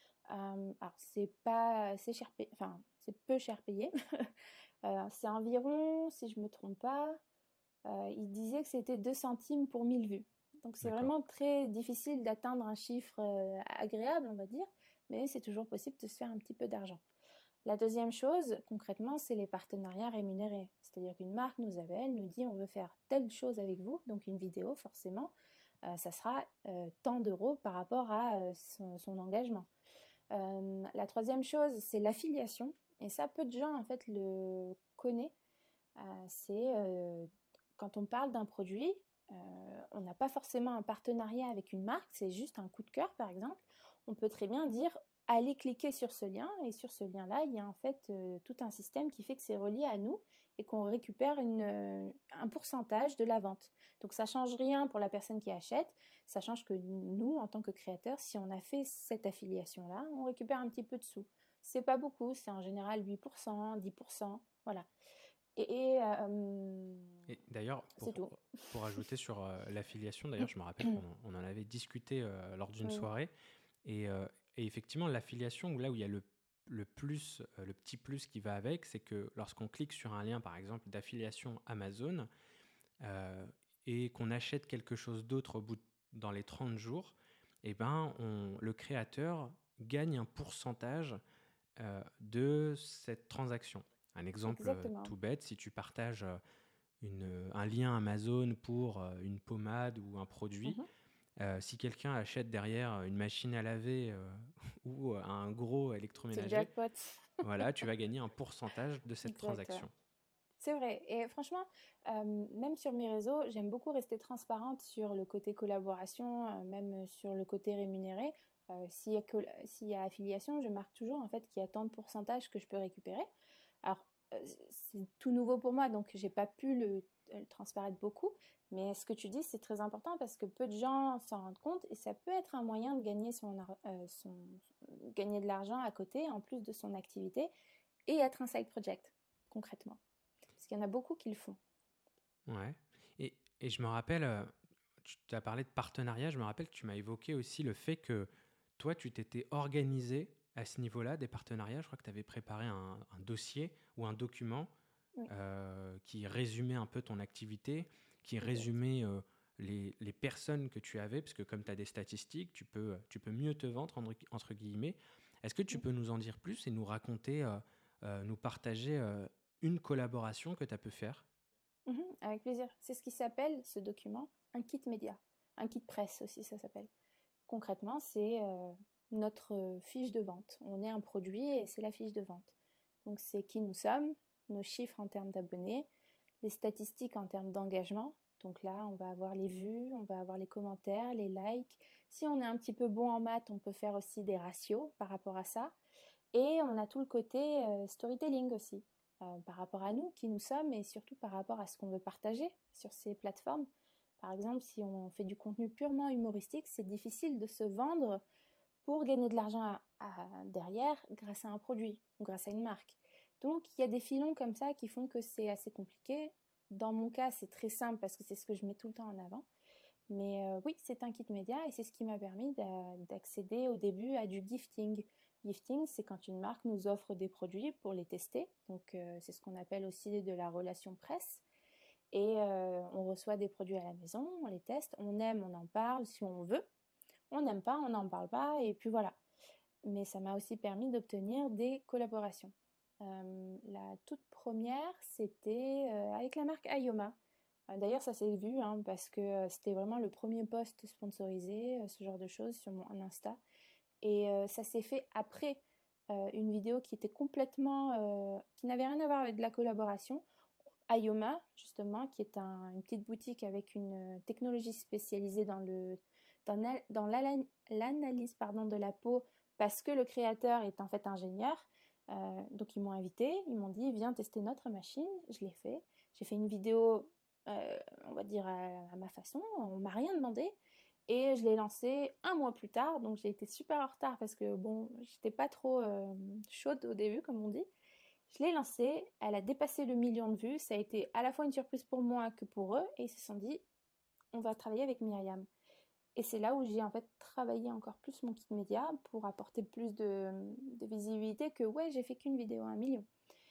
Euh, alors c'est pas, c'est cher payé, enfin c'est peu cher payé. Euh, c'est environ, si je me trompe pas, euh, il disait que c'était deux centimes pour mille vues. Donc c'est D'accord. vraiment très difficile d'atteindre un chiffre euh, agréable, on va dire, mais c'est toujours possible de se faire un petit peu d'argent. La deuxième chose, concrètement, c'est les partenariats rémunérés. C'est-à-dire qu'une marque nous appelle, nous dit on veut faire telle chose avec vous, donc une vidéo forcément, euh, ça sera euh, tant d'euros par rapport à euh, son, son engagement. Euh, la troisième chose, c'est l'affiliation. Et ça, peu de gens en fait le connaissent. Euh, c'est euh, quand on parle d'un produit, euh, on n'a pas forcément un partenariat avec une marque, c'est juste un coup de cœur par exemple. On peut très bien dire aller cliquer sur ce lien. Et sur ce lien-là, il y a en fait euh, tout un système qui fait que c'est relié à nous et qu'on récupère une, euh, un pourcentage de la vente. Donc ça ne change rien pour la personne qui achète, ça change que nous, en tant que créateurs, si on a fait cette affiliation-là, on récupère un petit peu de sous. C'est pas beaucoup, c'est en général huit pour cent, dix pour cent, voilà. Et, et, euh, Et d'ailleurs, c'est pour, tout. pour ajouter sur euh, l'affiliation, d'ailleurs, je me rappelle qu'on en, on en avait discuté euh, lors d'une Oui. soirée. Et, euh, et effectivement, l'affiliation, là où il y a le, le plus, euh, le petit plus qui va avec, c'est que lorsqu'on clique sur un lien, par exemple, d'affiliation Amazon, euh, et qu'on achète quelque chose d'autre au bout de- dans les trente jours, eh ben, on, le créateur gagne un pourcentage euh, de cette transaction. Un exemple euh, Exactement. tout bête, si tu partages euh, une, un lien Amazon pour euh, une pommade ou un produit, Mhm. euh, si quelqu'un achète derrière une machine à laver euh, ou un gros C'est le électroménager, jackpot. voilà, tu vas gagner un pourcentage de cette Exact, ouais. transaction. C'est vrai. Et franchement, euh, même sur mes réseaux, j'aime beaucoup rester transparente sur le côté collaboration, euh, même sur le côté rémunéré. Euh, s'il y a, col- s'il y a affiliation, je marque toujours en fait qu'il y a tant de pourcentage que je peux récupérer. Alors, euh, c'est tout nouveau pour moi, donc j'ai pas pu le, le transparaître beaucoup. Mais ce que tu dis, c'est très important parce que peu de gens s'en rendent compte et ça peut être un moyen de gagner, son, ar- euh, son, gagner de l'argent à côté en plus de son activité et être un side project, concrètement. Parce qu'il y en a beaucoup qui le font. Ouais. Et, et je me rappelle, euh, tu as parlé de partenariat, je me rappelle que tu m'as évoqué aussi le fait que toi, tu t'étais organisé à ce niveau-là des partenariats. Je crois que tu avais préparé un, un dossier ou un document Oui, euh, qui résumait un peu ton activité, qui exact. résumait euh, les, les personnes que tu avais, parce que comme tu as des statistiques, tu peux, tu peux mieux te vendre, entre, entre guillemets. Est-ce que tu Mm. peux nous en dire plus et nous raconter, euh, euh, nous partager euh, une collaboration que tu as pu faire? Mhm, avec plaisir. C'est ce qui s'appelle, ce document, un kit média. Un kit presse aussi, ça s'appelle. Concrètement, c'est euh, notre euh, fiche de vente. On est un produit et c'est la fiche de vente. Donc c'est qui nous sommes, nos chiffres en termes d'abonnés, les statistiques en termes d'engagement. Donc là, on va avoir les vues, on va avoir les commentaires, les likes. Si on est un petit peu bon en maths, on peut faire aussi des ratios par rapport à ça. Et on a tout le côté euh, storytelling aussi, euh, par rapport à nous, qui nous sommes, et surtout par rapport à ce qu'on veut partager sur ces plateformes. Par exemple, si on fait du contenu purement humoristique, c'est difficile de se vendre pour gagner de l'argent à- à- derrière grâce à un produit ou grâce à une marque. Donc il y a des filons comme ça qui font que c'est assez compliqué. Dans mon cas, c'est très simple parce que c'est ce que je mets tout le temps en avant. Mais euh, oui, c'est un kit média et c'est ce qui m'a permis d'a- d'accéder au début à du gifting. Gifting, c'est quand une marque nous offre des produits pour les tester. Donc euh, c'est ce qu'on appelle aussi de la relation presse. Et euh, on reçoit des produits à la maison, on les teste, on aime, on en parle si on veut. On n'aime pas, on n'en parle pas, et puis voilà. Mais ça m'a aussi permis d'obtenir des collaborations. Euh, la toute première, c'était euh, avec la marque Ayoma. Euh, D'ailleurs, ça s'est vu hein, parce que euh, c'était vraiment le premier post sponsorisé, euh, ce genre de choses sur mon Insta. Et euh, ça s'est fait après euh, une vidéo qui était complètement, euh, qui n'avait rien à voir avec de la collaboration. Ayoma, justement, qui est un- une petite boutique avec une euh, technologie spécialisée dans le dans, la- dans l'ala- l'analyse pardon, de la peau, parce que le créateur est en fait ingénieur. Euh, donc ils m'ont invité, ils m'ont dit viens tester notre machine. Je l'ai fait. J'ai fait une vidéo, euh, on va dire à, à ma façon. On m'a rien demandé et je l'ai lancée un mois plus tard. Donc j'ai été super en retard parce que bon, j'étais pas trop euh, chaude au début, comme on dit. Je l'ai lancée, elle a dépassé le million de vues. Ça a été à la fois une surprise pour moi que pour eux. Et ils se sont dit, on va travailler avec Myriam. Et c'est là où j'ai en fait travaillé encore plus mon kit média pour apporter plus de, de visibilité que ouais, j'ai fait qu'une vidéo à un million.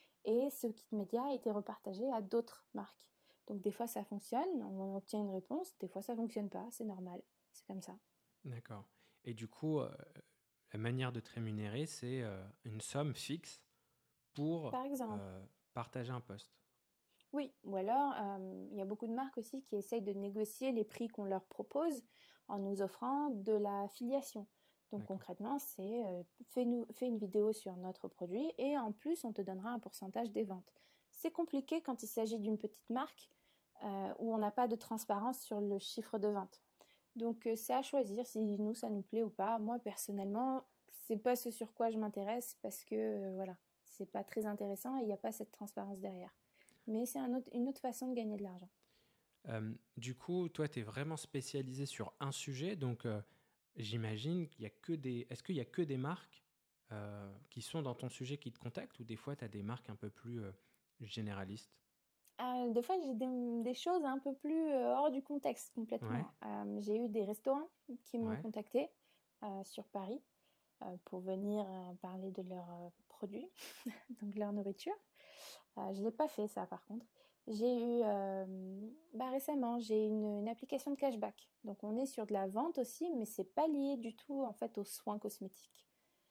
Et ce kit média a été repartagé à d'autres marques. Donc des fois ça fonctionne, on obtient une réponse, des fois ça fonctionne pas, c'est normal, c'est comme ça. D'accord. Et du coup, euh, la manière de te rémunérer, c'est euh, une somme fixe pour Par exemple, euh, partager un post. oui, ou alors euh, il y a beaucoup de marques aussi qui essayent de négocier les prix qu'on leur propose en nous offrant de la filiation. Donc D'accord. concrètement, c'est euh, fais-nous, fais une vidéo sur notre produit et en plus on te donnera un pourcentage des ventes. C'est compliqué quand il s'agit d'une petite marque euh, où on n'a pas de transparence sur le chiffre de vente. Donc euh, c'est à choisir si nous ça nous plaît ou pas. Moi personnellement, c'est pas ce sur quoi je m'intéresse parce que euh, voilà, c'est pas très intéressant et il n'y a pas cette transparence derrière. Mais c'est un autre, une autre façon de gagner de l'argent. Euh, du coup, toi, tu es vraiment spécialisé sur un sujet, donc euh, j'imagine qu'il y a que des... Est-ce qu'il y a que des marques euh, qui sont dans ton sujet qui te contactent ou des fois, tu as des marques un peu plus euh, généralistes? Euh, des fois, j'ai des, des choses un peu plus euh, hors du contexte Ouais, complètement. Euh, j'ai eu des restaurants qui m'ont ouais, contacté euh, sur Paris euh, pour venir euh, parler de leurs euh, produits, donc leur nourriture. Euh, je ne l'ai pas fait ça par contre. J'ai eu euh, bah, récemment j'ai une, une application de cashback. Donc on est sur de la vente aussi, mais c'est pas lié du tout en fait aux soins cosmétiques.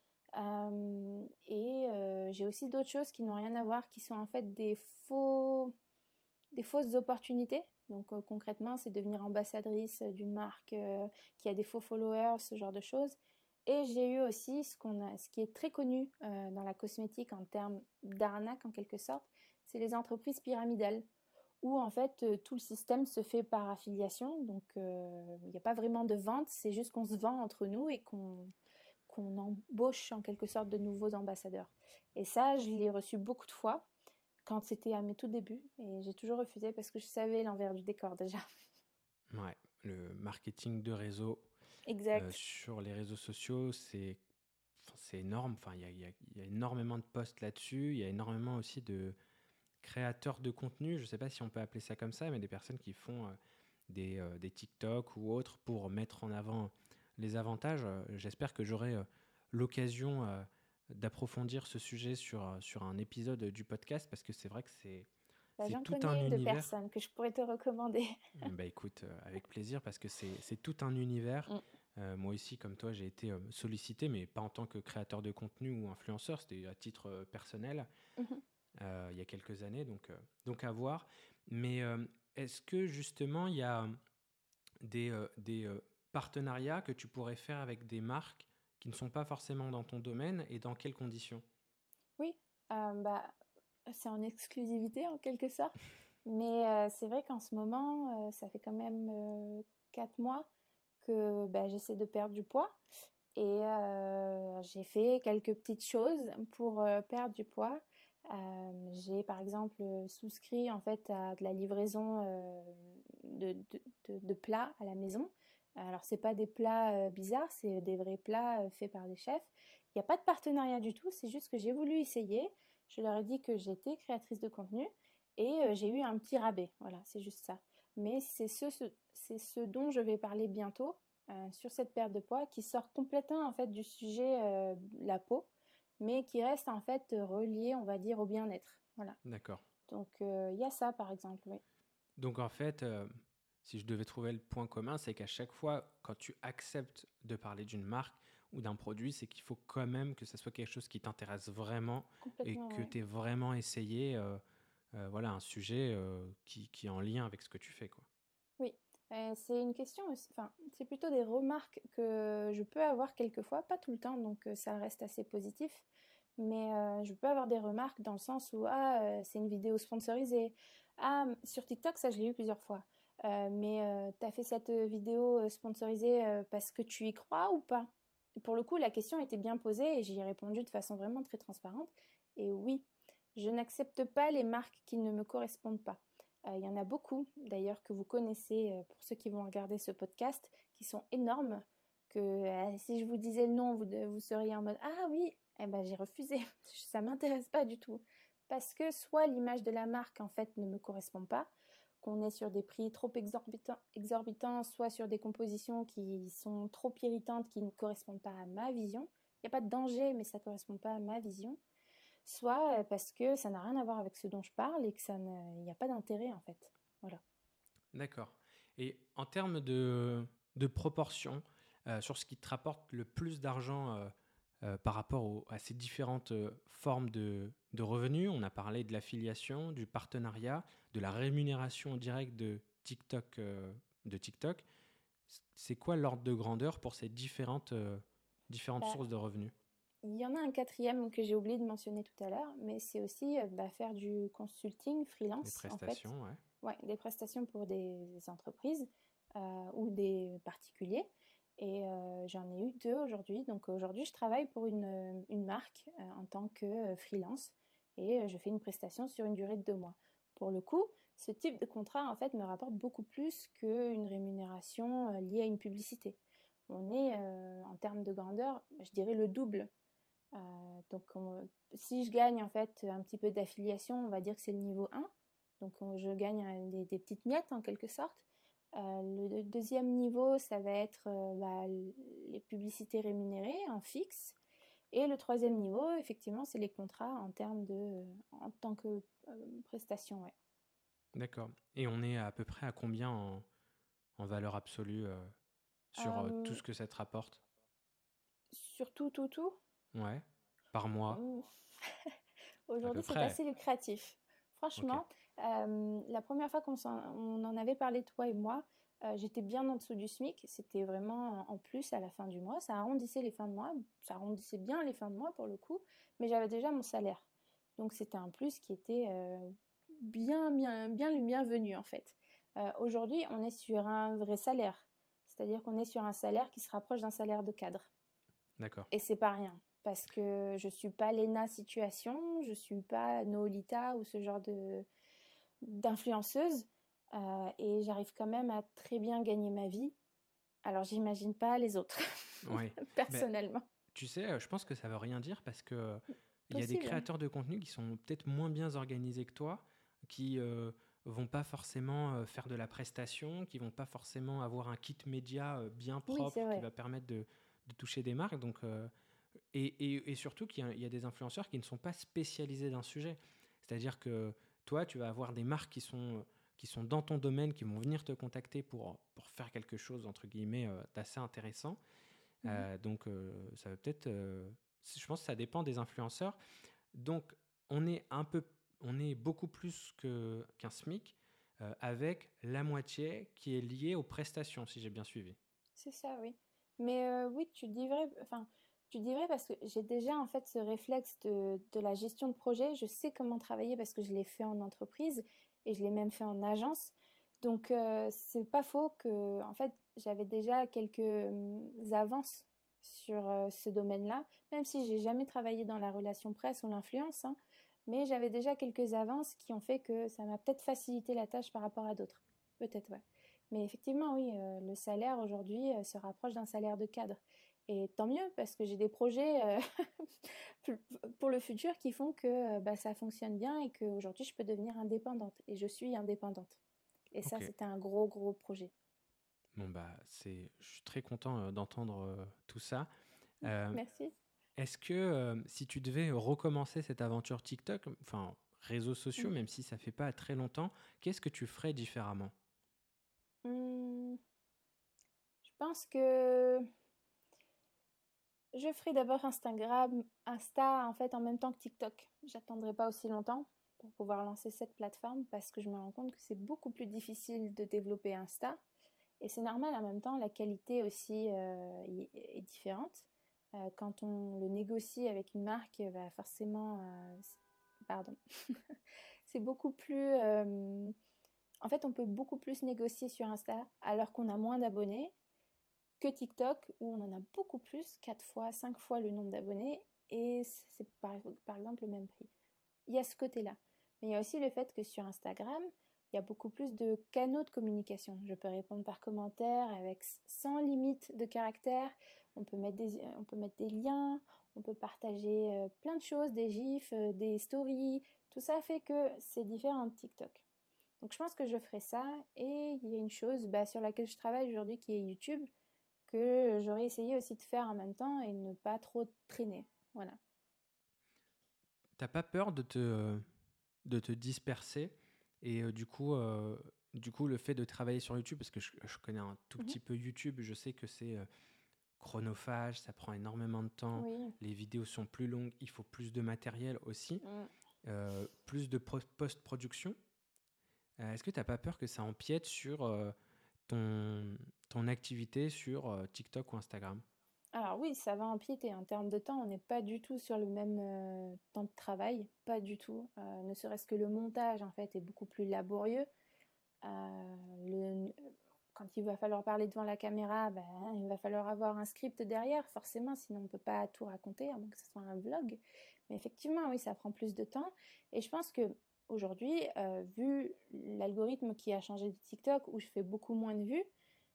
Euh, et euh, j'ai aussi d'autres choses qui n'ont rien à voir, qui sont en fait des faux, des fausses opportunités. Donc euh, concrètement, c'est devenir ambassadrice d'une marque euh, qui a des faux followers, ce genre de choses. Et j'ai eu aussi ce, qu'on a, ce qui est très connu euh, dans la cosmétique en termes d'arnaque en quelque sorte, c'est les entreprises pyramidales où en fait euh, tout le système se fait par affiliation. Donc euh, il n'y a pas vraiment de vente, c'est juste qu'on se vend entre nous et qu'on qu'on embauche en quelque sorte de nouveaux ambassadeurs. Et ça, je l'ai reçu beaucoup de fois quand c'était à mes tout débuts et j'ai toujours refusé parce que je savais l'envers du décor déjà. ouais. Le marketing de réseau euh, Exact. sur les réseaux sociaux, c'est enfin, c'est énorme. Enfin, il y a, il y a- il y a énormément de posts là-dessus. Il y a énormément aussi de créateurs de contenu. Je ne sais pas si on peut appeler ça comme ça, mais des personnes qui font euh, des, euh, des TikTok ou autres pour mettre en avant les avantages. Euh, J'espère que j'aurai euh, l'occasion euh, d'approfondir ce sujet sur, euh, sur un épisode du podcast parce que c'est vrai que c'est Bah, c'est j'en tout un connais une de univers. personnes que je pourrais te recommander. Bah écoute, euh, avec plaisir parce que c'est c'est tout un univers. Mm. Euh, moi aussi, comme toi, j'ai été euh, sollicité, mais pas en tant que créateur de contenu ou influenceur, c'était à titre euh, personnel Mhm. euh, il y a quelques années, donc, euh, donc à voir. Mais euh, est-ce que justement, il y a des, euh, des euh, partenariats que tu pourrais faire avec des marques qui ne sont pas forcément dans ton domaine et dans quelles conditions? Oui, euh, bah, c'est en exclusivité en quelque sorte. Mais euh, c'est vrai qu'en ce moment, euh, ça fait quand même euh, quatre mois que bah, j'essaie de perdre du poids. Et euh, j'ai fait quelques petites choses pour euh, perdre du poids. Euh, j'ai par exemple souscrit en fait à de la livraison euh, de, de, de, de plats à la maison. Alors c'est pas des plats euh, bizarres, c'est des vrais plats euh, faits par des chefs. Il n'y a pas de partenariat du tout, c'est juste que j'ai voulu essayer. Je leur ai dit que j'étais créatrice de contenu et euh, j'ai eu un petit rabais. Voilà, c'est juste ça. Mais c'est ce, ce, c'est ce dont je vais parler bientôt euh, sur cette perte de poids qui sort complètement en fait du sujet euh, la peau, mais qui reste en fait relié, on va dire, au bien-être. Voilà. D'accord. Donc il euh, y a ça par exemple, oui. Donc en fait, euh, si je devais trouver le point commun, c'est qu'à chaque fois, quand tu acceptes de parler d'une marque ou d'un produit, c'est qu'il faut quand même que ça soit quelque chose qui t'intéresse vraiment et Complètement, que oui. tu aies vraiment essayé euh, euh, voilà, un sujet euh, qui, qui est en lien avec ce que tu fais, quoi. Oui, euh, c'est une question aussi, enfin, c'est plutôt des remarques que je peux avoir quelquefois, pas tout le temps, donc euh, ça reste assez positif, mais euh, je peux avoir des remarques dans le sens où, ah, euh, c'est une vidéo sponsorisée. Ah, sur TikTok, ça, je l'ai eu plusieurs fois. Euh, mais euh, t'as fait cette vidéo euh, sponsorisée euh, parce que tu y crois ou pas? Et pour le coup, la question était bien posée et j'y ai répondu de façon vraiment très transparente. Et oui, je n'accepte pas les marques qui ne me correspondent pas. Euh, il y en a beaucoup, d'ailleurs, que vous connaissez, euh, pour ceux qui vont regarder ce podcast, qui sont énormes, que euh, si je vous disais le nom, vous, vous seriez en mode «Ah oui, eh ben, j'ai refusé, ça m'intéresse pas du tout». Parce que soit l'image de la marque, en fait, ne me correspond pas, qu'on est sur des prix trop exorbitants, exorbitants, soit sur des compositions qui sont trop irritantes, qui ne correspondent pas à ma vision. Il n'y a pas de danger, mais ça ne correspond pas à ma vision, soit parce que ça n'a rien à voir avec ce dont je parle et que ça il n'y a pas d'intérêt en fait. Voilà. D'accord. Et en termes de, de proportion, euh, sur ce qui te rapporte le plus d'argent euh, euh, par rapport au- à ces différentes euh, formes de, de revenus, on a parlé de l'affiliation, du partenariat, de la rémunération directe de TikTok, euh, de TikTok. C'est quoi l'ordre de grandeur pour ces différentes, euh, différentes Bah, sources de revenus? il y en a un quatrième que j'ai oublié de mentionner tout à l'heure, mais c'est aussi euh, bah, faire du consulting Les freelance en fait. prestations, ouais. Ouais, des prestations pour des entreprises euh, ou des particuliers. Et euh, j'en ai eu deux aujourd'hui. Donc aujourd'hui, je travaille pour une, une marque euh, en tant que euh, freelance et euh, je fais une prestation sur une durée de deux mois. Pour le coup, ce type de contrat en fait me rapporte beaucoup plus qu'une rémunération euh, liée à une publicité. On est euh, en termes de grandeur, je dirais le double. Euh, donc on, si je gagne en fait un petit peu d'affiliation, on va dire que c'est le niveau un. Donc on, je gagne euh, des, des petites miettes en quelque sorte. Euh, le deuxième niveau, ça va être euh, bah, les publicités rémunérées en fixe. Et le troisième niveau, effectivement, c'est les contrats en termes de, euh, en tant que euh, prestation, ouais. D'accord. Et on est à peu près à combien en, en valeur absolue euh, sur euh, tout Euh, ce que ça te rapporte? Surtout, tout, tout. Ouais. Par mois, Mmh. à peu Aujourd'hui, c'est près. assez lucratif. Ok. Franchement, euh, la première fois qu'on on en avait parlé, toi et moi, euh, j'étais bien en dessous du SMIC. C'était vraiment en plus à la fin du mois. Ça arrondissait les fins de mois. Ça arrondissait bien les fins de mois pour le coup. Mais j'avais déjà mon salaire. Donc c'était un plus qui était euh, bien, bien, bien le bienvenu en fait. Euh, aujourd'hui, on est sur un vrai salaire. C'est-à-dire qu'on est sur un salaire qui se rapproche d'un salaire de cadre. D'accord. Et c'est pas rien. Parce que je suis pas Lena Situation, je suis pas Noolita ou ce genre de d'influenceuse. Euh, et j'arrive quand même à très bien gagner ma vie. Alors j'imagine pas les autres, Oui. Ben, personnellement. tu sais, euh, je pense que ça veut rien dire parce que euh, il y a des Possible. créateurs de contenu qui sont peut-être moins bien organisés que toi, qui euh, vont pas forcément euh, faire de la prestation, qui vont pas forcément avoir un kit média euh, bien Oui, c'est propre qui vrai. va permettre de, de toucher des marques. Donc, euh, et, et- et surtout qu'il y a, il y a des influenceurs qui ne sont pas spécialisés d'un sujet. C'est-à-dire que toi, tu vas avoir des marques qui sont, qui sont dans ton domaine, qui vont venir te contacter pour, pour faire quelque chose, entre guillemets, euh, d'assez intéressant. Mhm. Euh, donc, euh, ça va peut-être. euh, je pense que ça dépend des influenceurs. Donc, on est un peu, on est beaucoup plus que, qu'un SMIC, euh, avec la moitié qui est liée aux prestations, si j'ai bien suivi. C'est ça, oui. Mais euh, oui, tu dis vrai, enfin, tu dis vrai parce que j'ai déjà en fait ce réflexe de, de la gestion de projet. Je sais comment travailler parce que je l'ai fait en entreprise et je l'ai même fait en agence. Donc euh, c'est pas faux que en fait j'avais déjà quelques euh, avances sur euh, ce domaine-là, même si j'ai jamais travaillé dans la relation presse ou l'influence, hein, mais j'avais déjà quelques avances qui ont fait que ça m'a peut-être facilité la tâche par rapport à d'autres. Peut-être, ouais. Mais effectivement, oui, euh, le salaire aujourd'hui euh, se rapproche d'un salaire de cadre. Et tant mieux, parce que j'ai des projets euh, pour le futur qui font que euh, bah, ça fonctionne bien et qu'aujourd'hui, je peux devenir indépendante. Et je suis indépendante. Et ça, Ok. c'était un gros, gros projet. Bon, bah, c'est, je suis très content euh, d'entendre euh, tout ça. Euh, Merci. Est-ce que euh, si tu devais recommencer cette aventure TikTok, enfin, réseaux sociaux, Mm. même si ça fait pas très longtemps, qu'est-ce que tu ferais différemment? Hmm, je pense que je ferai d'abord Instagram, Insta en fait en même temps que TikTok. J'attendrai pas aussi longtemps pour pouvoir lancer cette plateforme parce que je me rends compte que c'est beaucoup plus difficile de développer Insta. Et c'est normal en même temps, la qualité aussi euh, est différente. Euh, quand on le négocie avec une marque, bah forcément, euh, pardon, c'est beaucoup plus. Euh, en fait, on peut beaucoup plus négocier sur Insta alors qu'on a moins d'abonnés que TikTok où on en a beaucoup plus, quatre fois, cinq fois le nombre d'abonnés et c'est par, par exemple le même prix. Il y a ce côté-là. Mais il y a aussi le fait que sur Instagram, il y a beaucoup plus de canaux de communication. Je peux répondre par commentaire avec sans limite de caractères. On peut mettre des, on peut mettre des liens, on peut partager euh, plein de choses, des gifs, euh, des stories. Tout ça fait que c'est différent de TikTok. Donc je pense que je ferai ça. Et il y a une chose bah, sur laquelle je travaille aujourd'hui qui est YouTube, que j'aurais essayé aussi de faire en même temps et ne pas trop traîner. Voilà. T'as pas peur de te, euh, de te disperser et euh, du coup, euh, du coup, le fait de travailler sur YouTube, parce que je, je connais un tout Mhm. petit peu YouTube, je sais que c'est euh, chronophage, ça prend énormément de temps, Oui. les vidéos sont plus longues, il faut plus de matériel aussi, Mm. euh, plus de pro- post-production. Euh, Est-ce que t'as pas peur que ça empiète sur euh, ton, ton activité sur euh, TikTok ou Instagram? Alors oui, ça va empiéter. En termes de temps, on n'est pas du tout sur le même euh, temps de travail, pas du tout. Euh, ne serait-ce que le montage, en fait, est beaucoup plus laborieux. Euh, le- quand il va falloir parler devant la caméra, ben, il va falloir avoir un script derrière, forcément, sinon on ne peut pas tout raconter, à moins que ce soit un vlog. Mais effectivement, oui, ça prend plus de temps. Et je pense qu'aujourd'hui, euh, vu l'algorithme qui a changé de TikTok, où je fais beaucoup moins de vues,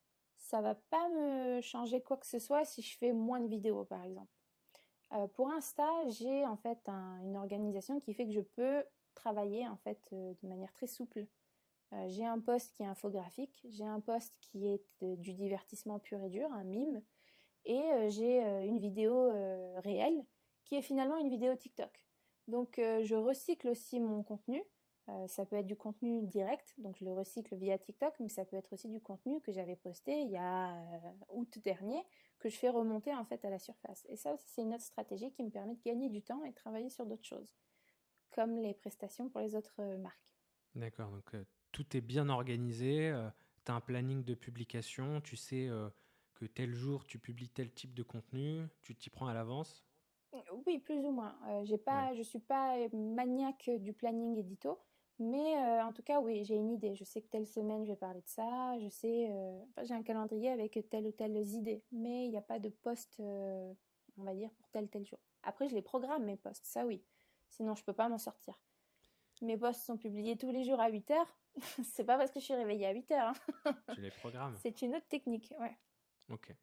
ça ne va pas me changer quoi que ce soit si je fais moins de vidéos, par exemple. Euh, pour Insta, j'ai en fait un, une organisation qui fait que je peux travailler en fait euh, de manière très souple. Euh, j'ai un post qui est infographique, j'ai un post qui est de, du divertissement pur et dur, un mime, et euh, j'ai euh, une vidéo euh, réelle qui est finalement une vidéo TikTok. Donc euh, je recycle aussi mon contenu. Euh, ça peut être du contenu direct, donc je le recycle via TikTok, mais ça peut être aussi du contenu que j'avais posté il y a euh, août dernier, que je fais remonter en fait à la surface. Et ça aussi, c'est une autre stratégie qui me permet de gagner du temps et de travailler sur d'autres choses, comme les prestations pour les autres euh, marques. D'accord, donc euh, tout est bien organisé, euh, tu as un planning de publication, tu sais euh, que tel jour tu publies tel type de contenu, tu t'y prends à l'avance. Oui, plus ou moins. Euh, j'ai Ouais. pas, je suis pas maniaque du planning édito, mais euh, en tout cas, oui, j'ai une idée. Je sais que telle semaine, je vais parler de ça. Je sais, euh, enfin, j'ai un calendrier avec telle ou telle idée, mais il n'y a pas de poste, euh, on va dire, pour tel tel jour. Après, je les programme, mes posts, ça oui. Sinon, je peux pas m'en sortir. Mes posts sont publiés tous les jours à huit heures. C'est pas parce que je suis réveillée à huit heures, hein. Tu les programmes. C'est une autre technique, ouais. Ok.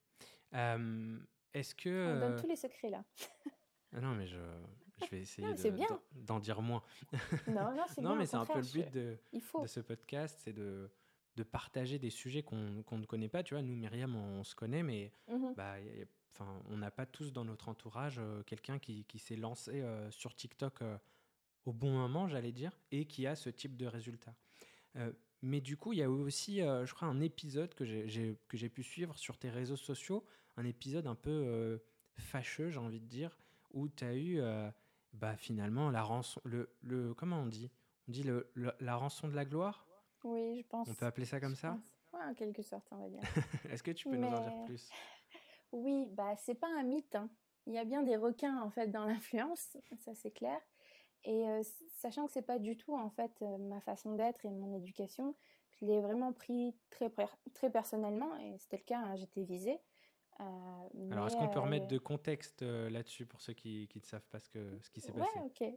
Euh, est-ce que... On donne euh, tous les secrets là. Ah non, mais je, je vais Non, essayer mais c'est de, bien. d'en, d'en dire moins. Non, non, c'est Non, bien, mais au c'est un peu contraire, le je... but de, il de faut. ce podcast, c'est de, de partager des sujets qu'on, qu'on ne connaît pas. Tu vois, nous, Myriam, on, on se connaît, mais Mhm. bah, y a- y a- enfin, on n'a pas tous dans notre entourage euh, quelqu'un qui, qui s'est lancé euh, sur TikTok euh, au bon moment, j'allais dire, et qui a ce type de résultat. Euh, mais du coup, il y a eu aussi, euh, je crois, un épisode que j'ai, j'ai- que j'ai pu suivre sur tes réseaux sociaux, un épisode un peu euh, fâcheux, j'ai envie de dire, où tu as eu euh, bah, finalement la rançon, le, le, comment on dit? On dit le, le- la rançon de la gloire? Oui, je On peut pense. appeler ça comme Je ça? pense. Ouais, en quelque sorte, on va dire. Est-ce que tu peux nous en dire Mais plus? oui, bah c'est pas un mythe, hein. Il y a bien des requins en fait dans l'influence, ça c'est clair. Et euh, sachant que c'est pas du tout en fait euh, ma façon d'être et mon éducation, je l'ai vraiment pris très très personnellement et c'était le cas, hein, j'étais visée. Euh, Alors, est-ce mais qu'on peut remettre euh, de contexte euh, là-dessus pour ceux qui, qui ne savent pas ce, que, ce qui s'est ouais, passé? ok.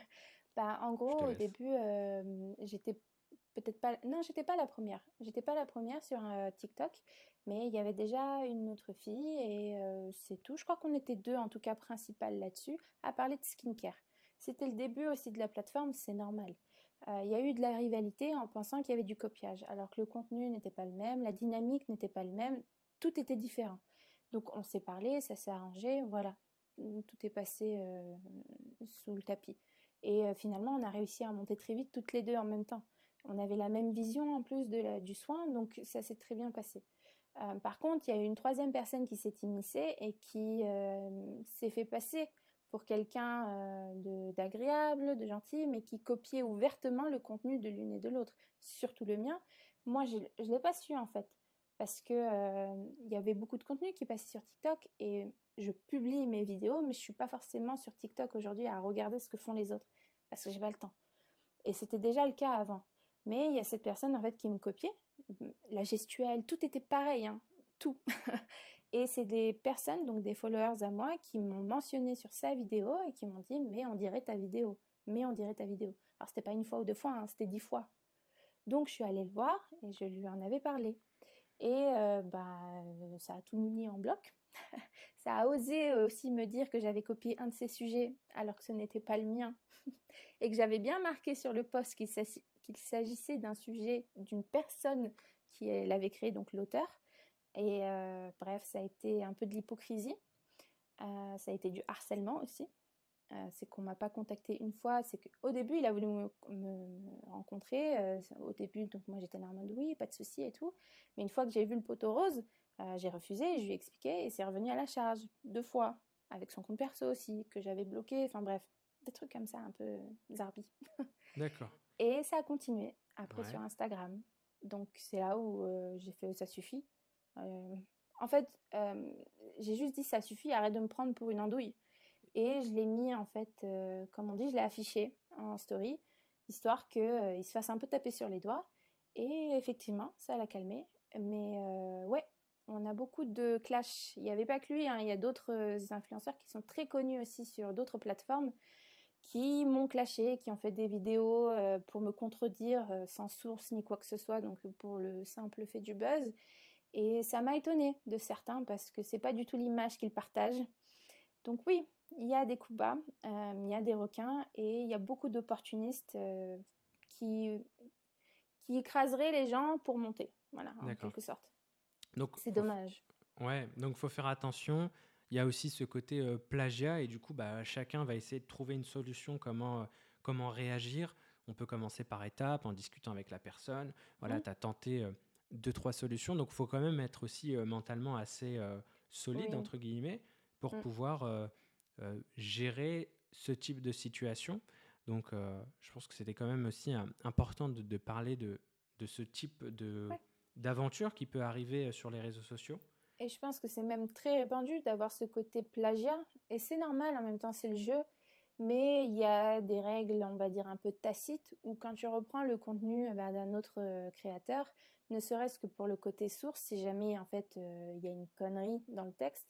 Bah en Je te gros au laisse. début euh, j'étais peut-être pas, non, j'étais pas la première. J'étais pas la première sur euh, TikTok, mais il y avait déjà une autre fille et euh, c'est tout. Je crois qu'on était deux en tout cas principales là-dessus à parler de skincare. C'était le début aussi de la plateforme, c'est normal. Euh, Il y a eu de la rivalité en pensant qu'il y avait du copiage, alors que le contenu n'était pas le même, la dynamique n'était pas le même, tout était différent. Donc on s'est parlé, ça s'est arrangé, voilà. Tout est passé euh, sous le tapis. Et euh, finalement, on a réussi à monter très vite toutes les deux en même temps. On avait la même vision en plus de la, du soin, donc ça s'est très bien passé. Euh, par contre, il y a eu une troisième personne qui s'est immiscée et qui euh, s'est fait passer pour quelqu'un euh, d'agréable, de, de gentil, mais qui copiait ouvertement le contenu de l'une et de l'autre, surtout le mien. Moi, je ne l'ai pas su en fait, parce que euh, il y avait beaucoup de contenu qui passait sur TikTok et je publie mes vidéos, mais je ne suis pas forcément sur TikTok aujourd'hui à regarder ce que font les autres, parce que j'ai pas le temps. Et c'était déjà le cas avant. Mais il y a cette personne en fait qui me copiait, la gestuelle, tout était pareil, hein, tout. Et c'est des personnes, donc des followers à moi, qui m'ont mentionné sur sa vidéo et qui m'ont dit mais on dirait ta vidéo, mais on dirait ta vidéo. Alors c'était pas une fois ou deux fois, hein, c'était dix fois. Donc je suis allée le voir et je lui en avais parlé. Et euh, bah, ça a tout mis en bloc. Ça a osé aussi me dire que j'avais copié un de ses sujets alors que ce n'était pas le mien. Et que j'avais bien marqué sur le post qu'il s'agissait d'un sujet d'une personne qui l'avait créé, donc l'auteur. Et euh, bref, ça a été un peu de l'hypocrisie. Euh, ça a été du harcèlement aussi. Euh, c'est qu'on m'a pas contacté une fois. C'est qu'au début, il a voulu me, me rencontrer. Euh, au début, donc moi j'étais là en mode oui, pas de souci et tout. Mais une fois que j'ai vu le poteau rose, euh, j'ai refusé. Je lui ai expliqué et c'est revenu à la charge deux fois avec son compte perso aussi que j'avais bloqué. Enfin bref, des trucs comme ça un peu zarbi. D'accord. Et ça a continué après Ouais. sur Instagram. Donc c'est là où euh, j'ai fait ça suffit. Euh, en fait, euh, j'ai juste dit ça suffit, arrête de me prendre pour une andouille. Et je l'ai mis en fait, euh, comme on dit, je l'ai affiché en story, histoire qu'il euh, se fasse un peu taper sur les doigts. Et effectivement, ça l'a calmé. Mais euh, ouais, on a beaucoup de clash. Il n'y avait pas que lui, hein, il y a d'autres euh, influenceurs qui sont très connus aussi sur d'autres plateformes qui m'ont clashé, qui ont fait des vidéos euh, pour me contredire euh, sans source ni quoi que ce soit, donc pour le simple fait du buzz. Et ça m'a étonnée de certains parce que c'est pas du tout l'image qu'ils partagent. Donc oui, il y a des coups bas, euh, il y a des requins et il y a beaucoup d'opportunistes euh, qui, qui écraseraient les gens pour monter, voilà, en D'accord. quelque sorte. Donc, C'est faut, dommage. ouais, donc faut faire attention. Il y a aussi ce côté euh, plagiat et du coup, bah, chacun va essayer de trouver une solution, comment, euh, comment réagir. On peut commencer par étapes, en discutant avec la personne. Voilà, Mm. tu as tenté euh, deux, trois solutions. Donc, il faut quand même être aussi euh, mentalement assez euh, solide, Oui. entre guillemets, pour Mm. pouvoir euh, euh, gérer ce type de situation. Donc, euh, je pense que c'était quand même aussi euh, important de, de parler de, de ce type de, Ouais. d'aventure qui peut arriver euh, sur les réseaux sociaux. Et je pense que c'est même très répandu d'avoir ce côté plagiat. Et c'est normal, en même temps, c'est le jeu. Mais il y a des règles, on va dire, un peu tacites, où quand tu reprends le contenu eh ben, d'un autre euh, créateur, ne serait-ce que pour le côté source, si jamais, en fait, euh, il y a une connerie dans le texte,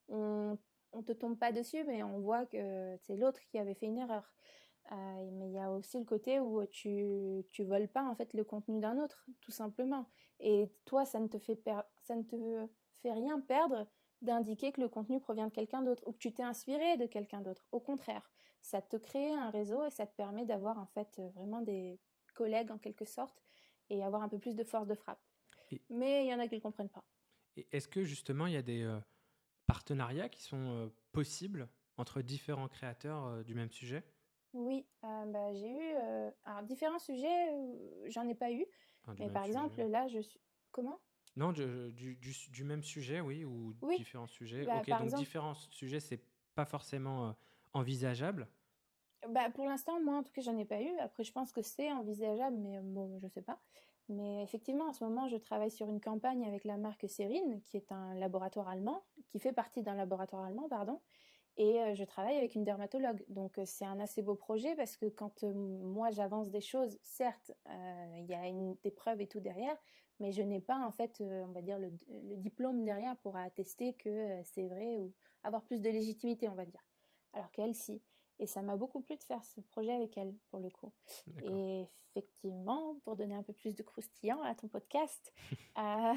on on te tombe pas dessus, mais on voit que c'est l'autre qui avait fait une erreur. Euh, mais il y a aussi le côté où tu tu voles pas en fait le contenu d'un autre, tout simplement. Et toi, ça ne te fait per- ça ne te fait rien perdre d'indiquer que le contenu provient de quelqu'un d'autre ou que tu t'es inspiré de quelqu'un d'autre. Au contraire, ça te crée un réseau et ça te permet d'avoir en fait vraiment des collègues en quelque sorte et avoir un peu plus de force de frappe. Et, Mais il y en a qui ne le comprennent pas. et est-ce que justement il y a des euh, partenariats qui sont euh, possibles entre différents créateurs euh, du même sujet? Oui, euh, bah, j'ai eu euh, alors différents sujets, euh, j'en ai pas eu, Enfin, du mais même par exemple sujet. là je suis comment? Non, de- du, du, du même sujet, oui, ou Oui, différents sujets. bah, Ok, par donc exemple, différents sujets, c'est pas forcément euh, envisageable. bah, pour l'instant, moi en tout cas, j'en ai pas eu. Après, je pense que c'est envisageable, mais euh, bon, je sais pas. Mais effectivement, en ce moment, je travaille sur une campagne avec la marque Serine, qui est un laboratoire allemand, qui fait partie d'un laboratoire allemand, pardon. Et euh, je travaille avec une dermatologue. Donc, euh, c'est un assez beau projet parce que quand euh, moi j'avance des choses, certes, euh, il y a une, des preuves et tout derrière, mais je n'ai pas en fait, euh, on va dire, le, le diplôme derrière pour attester que euh, c'est vrai ou avoir plus de légitimité, on va dire. Alors qu'elle, si. Et ça m'a beaucoup plu de faire ce projet avec elle, pour le coup. D'accord. Et effectivement, pour donner un peu plus de croustillant à ton podcast, euh,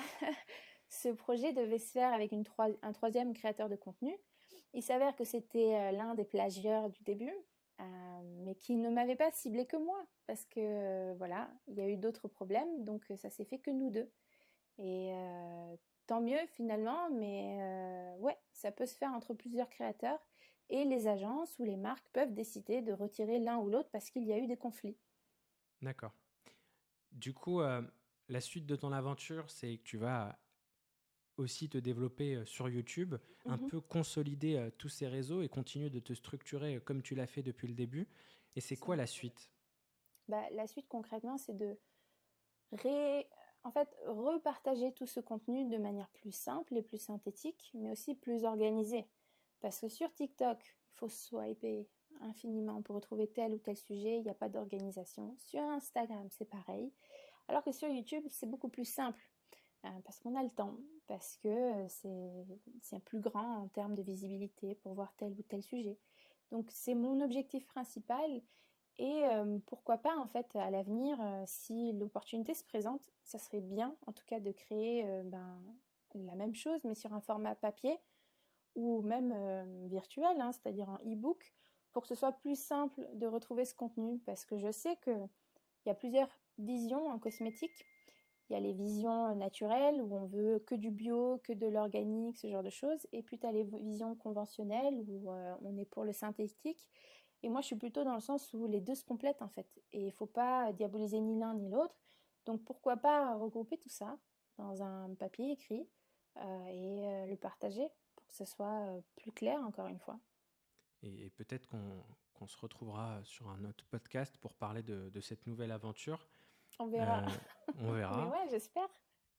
ce projet devait se faire avec une troi- un troisième créateur de contenu. Il s'avère que c'était euh, l'un des plagieurs du début, euh, mais qui ne m'avait pas ciblé que moi, parce que euh, voilà, il y a eu d'autres problèmes, donc euh, ça s'est fait que nous deux. Et euh, tant mieux finalement, mais euh, ouais, ça peut se faire entre plusieurs créateurs, et les agences ou les marques peuvent décider de retirer l'un ou l'autre parce qu'il y a eu des conflits. D'accord. Du coup, euh, la suite de ton aventure, c'est que tu vas aussi te développer euh, sur YouTube, un Mhm. peu consolider euh, tous ces réseaux et continuer de te structurer euh, comme tu l'as fait depuis le début. Et c'est Ça. quoi la suite? Bah, la suite concrètement, c'est de ré... en fait, repartager tout ce contenu de manière plus simple et plus synthétique, mais aussi plus organisée. Parce que sur TikTok, il faut swiper infiniment pour retrouver tel ou tel sujet, il n'y a pas d'organisation. Sur Instagram, c'est pareil. Alors que sur YouTube, c'est beaucoup plus simple, euh, parce qu'on a le temps, parce que euh, c'est, c'est plus grand en termes de visibilité pour voir tel ou tel sujet. Donc c'est mon objectif principal et euh, pourquoi pas, en fait, à l'avenir, euh, si l'opportunité se présente, ça serait bien, en tout cas, de créer euh, ben, la même chose, mais sur un format papier ou même euh, virtuel, hein, c'est-à-dire en e-book, pour que ce soit plus simple de retrouver ce contenu. Parce que je sais qu'il y a plusieurs visions en cosmétique. Il y a les visions naturelles où on veut que du bio, que de l'organique, ce genre de choses. Et puis tu as les visions conventionnelles où euh, on est pour le synthétique. Et moi, je suis plutôt dans le sens où les deux se complètent en fait. Et il ne faut pas diaboliser ni l'un ni l'autre. Donc pourquoi pas regrouper tout ça dans un papier écrit euh, et euh, le partager pour que ce soit euh, plus clair encore une fois. Et, et peut-être qu'on qu'on se retrouvera sur un autre podcast pour parler de, de cette nouvelle aventure. On verra. Euh, on Mais verra. ouais, j'espère.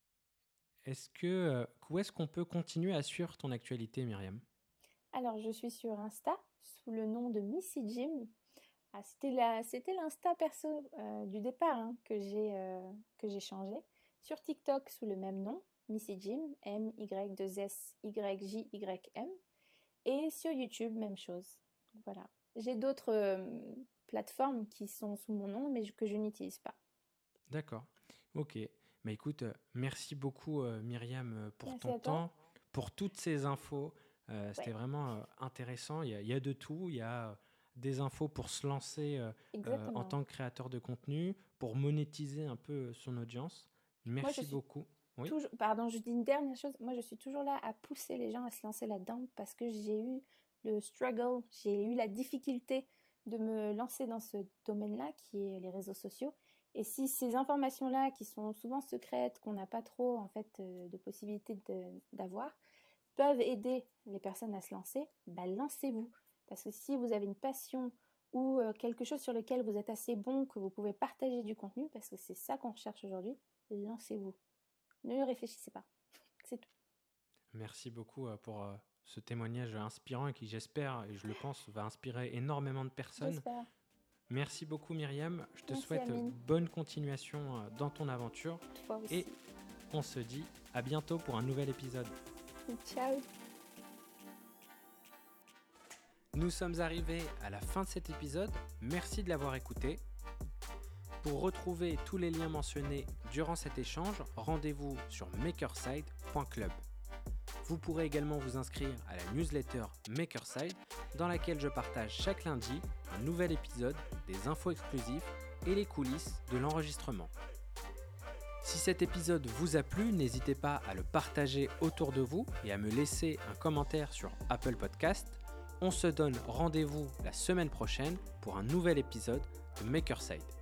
Est-ce que, euh, où est-ce qu'on peut continuer à suivre ton actualité, Myriam? Alors, je suis sur Insta sous le nom de Missy Jim. Ah, c'était la, c'était l'Insta perso euh, du départ hein, que j'ai euh, que j'ai changé. sur TikTok sous le même nom, MissyJim, M Y deux S Y J Y M, et sur YouTube, même chose. Voilà. J'ai d'autres euh, plateformes qui sont sous mon nom, mais que je n'utilise pas. D'accord. Ok. Bah écoute, euh, merci beaucoup euh, Myriam euh, pour Merci ton à toi. temps, pour toutes ces infos. Euh, C'était Ouais, vraiment euh, intéressant. Il y a, il y a de tout. Il y a euh, des infos pour se lancer euh, euh, en exactement. tant que créateur de contenu, pour monétiser un peu euh, son audience. Moi, je Merci suis beaucoup. Oui. toujours, pardon, je dis une dernière chose. Moi, je suis toujours là à pousser les gens à se lancer là-dedans parce que j'ai eu le struggle, j'ai eu la difficulté de me lancer dans ce domaine-là qui est les réseaux sociaux. Et si ces informations-là, qui sont souvent secrètes, qu'on n'a pas trop en fait euh, de possibilités de- d'avoir, peuvent aider les personnes à se lancer, bah lancez-vous. Parce que si vous avez une passion ou euh, quelque chose sur lequel vous êtes assez bon, que vous pouvez partager du contenu, parce que c'est ça qu'on recherche aujourd'hui, lancez-vous. Ne réfléchissez pas. C'est tout. Merci beaucoup euh, pour euh, ce témoignage inspirant et qui, j'espère, et je le pense, va inspirer énormément de personnes. J'espère. Merci beaucoup Myriam. Je te Merci souhaite Amine. bonne continuation euh, dans ton aventure Toi aussi. et on se dit à bientôt pour un nouvel épisode. Ciao. Nous sommes arrivés à la fin de cet épisode. Merci de l'avoir écouté. Pour retrouver tous les liens mentionnés durant cet échange, rendez-vous sur makerside point club. Vous pourrez également vous inscrire à la newsletter Makerside dans laquelle je partage chaque lundi un nouvel épisode, des infos exclusives et les coulisses de l'enregistrement. Si cet épisode vous a plu, n'hésitez pas à le partager autour de vous et à me laisser un commentaire sur Apple Podcast. On se donne rendez-vous la semaine prochaine pour un nouvel épisode de Makerside.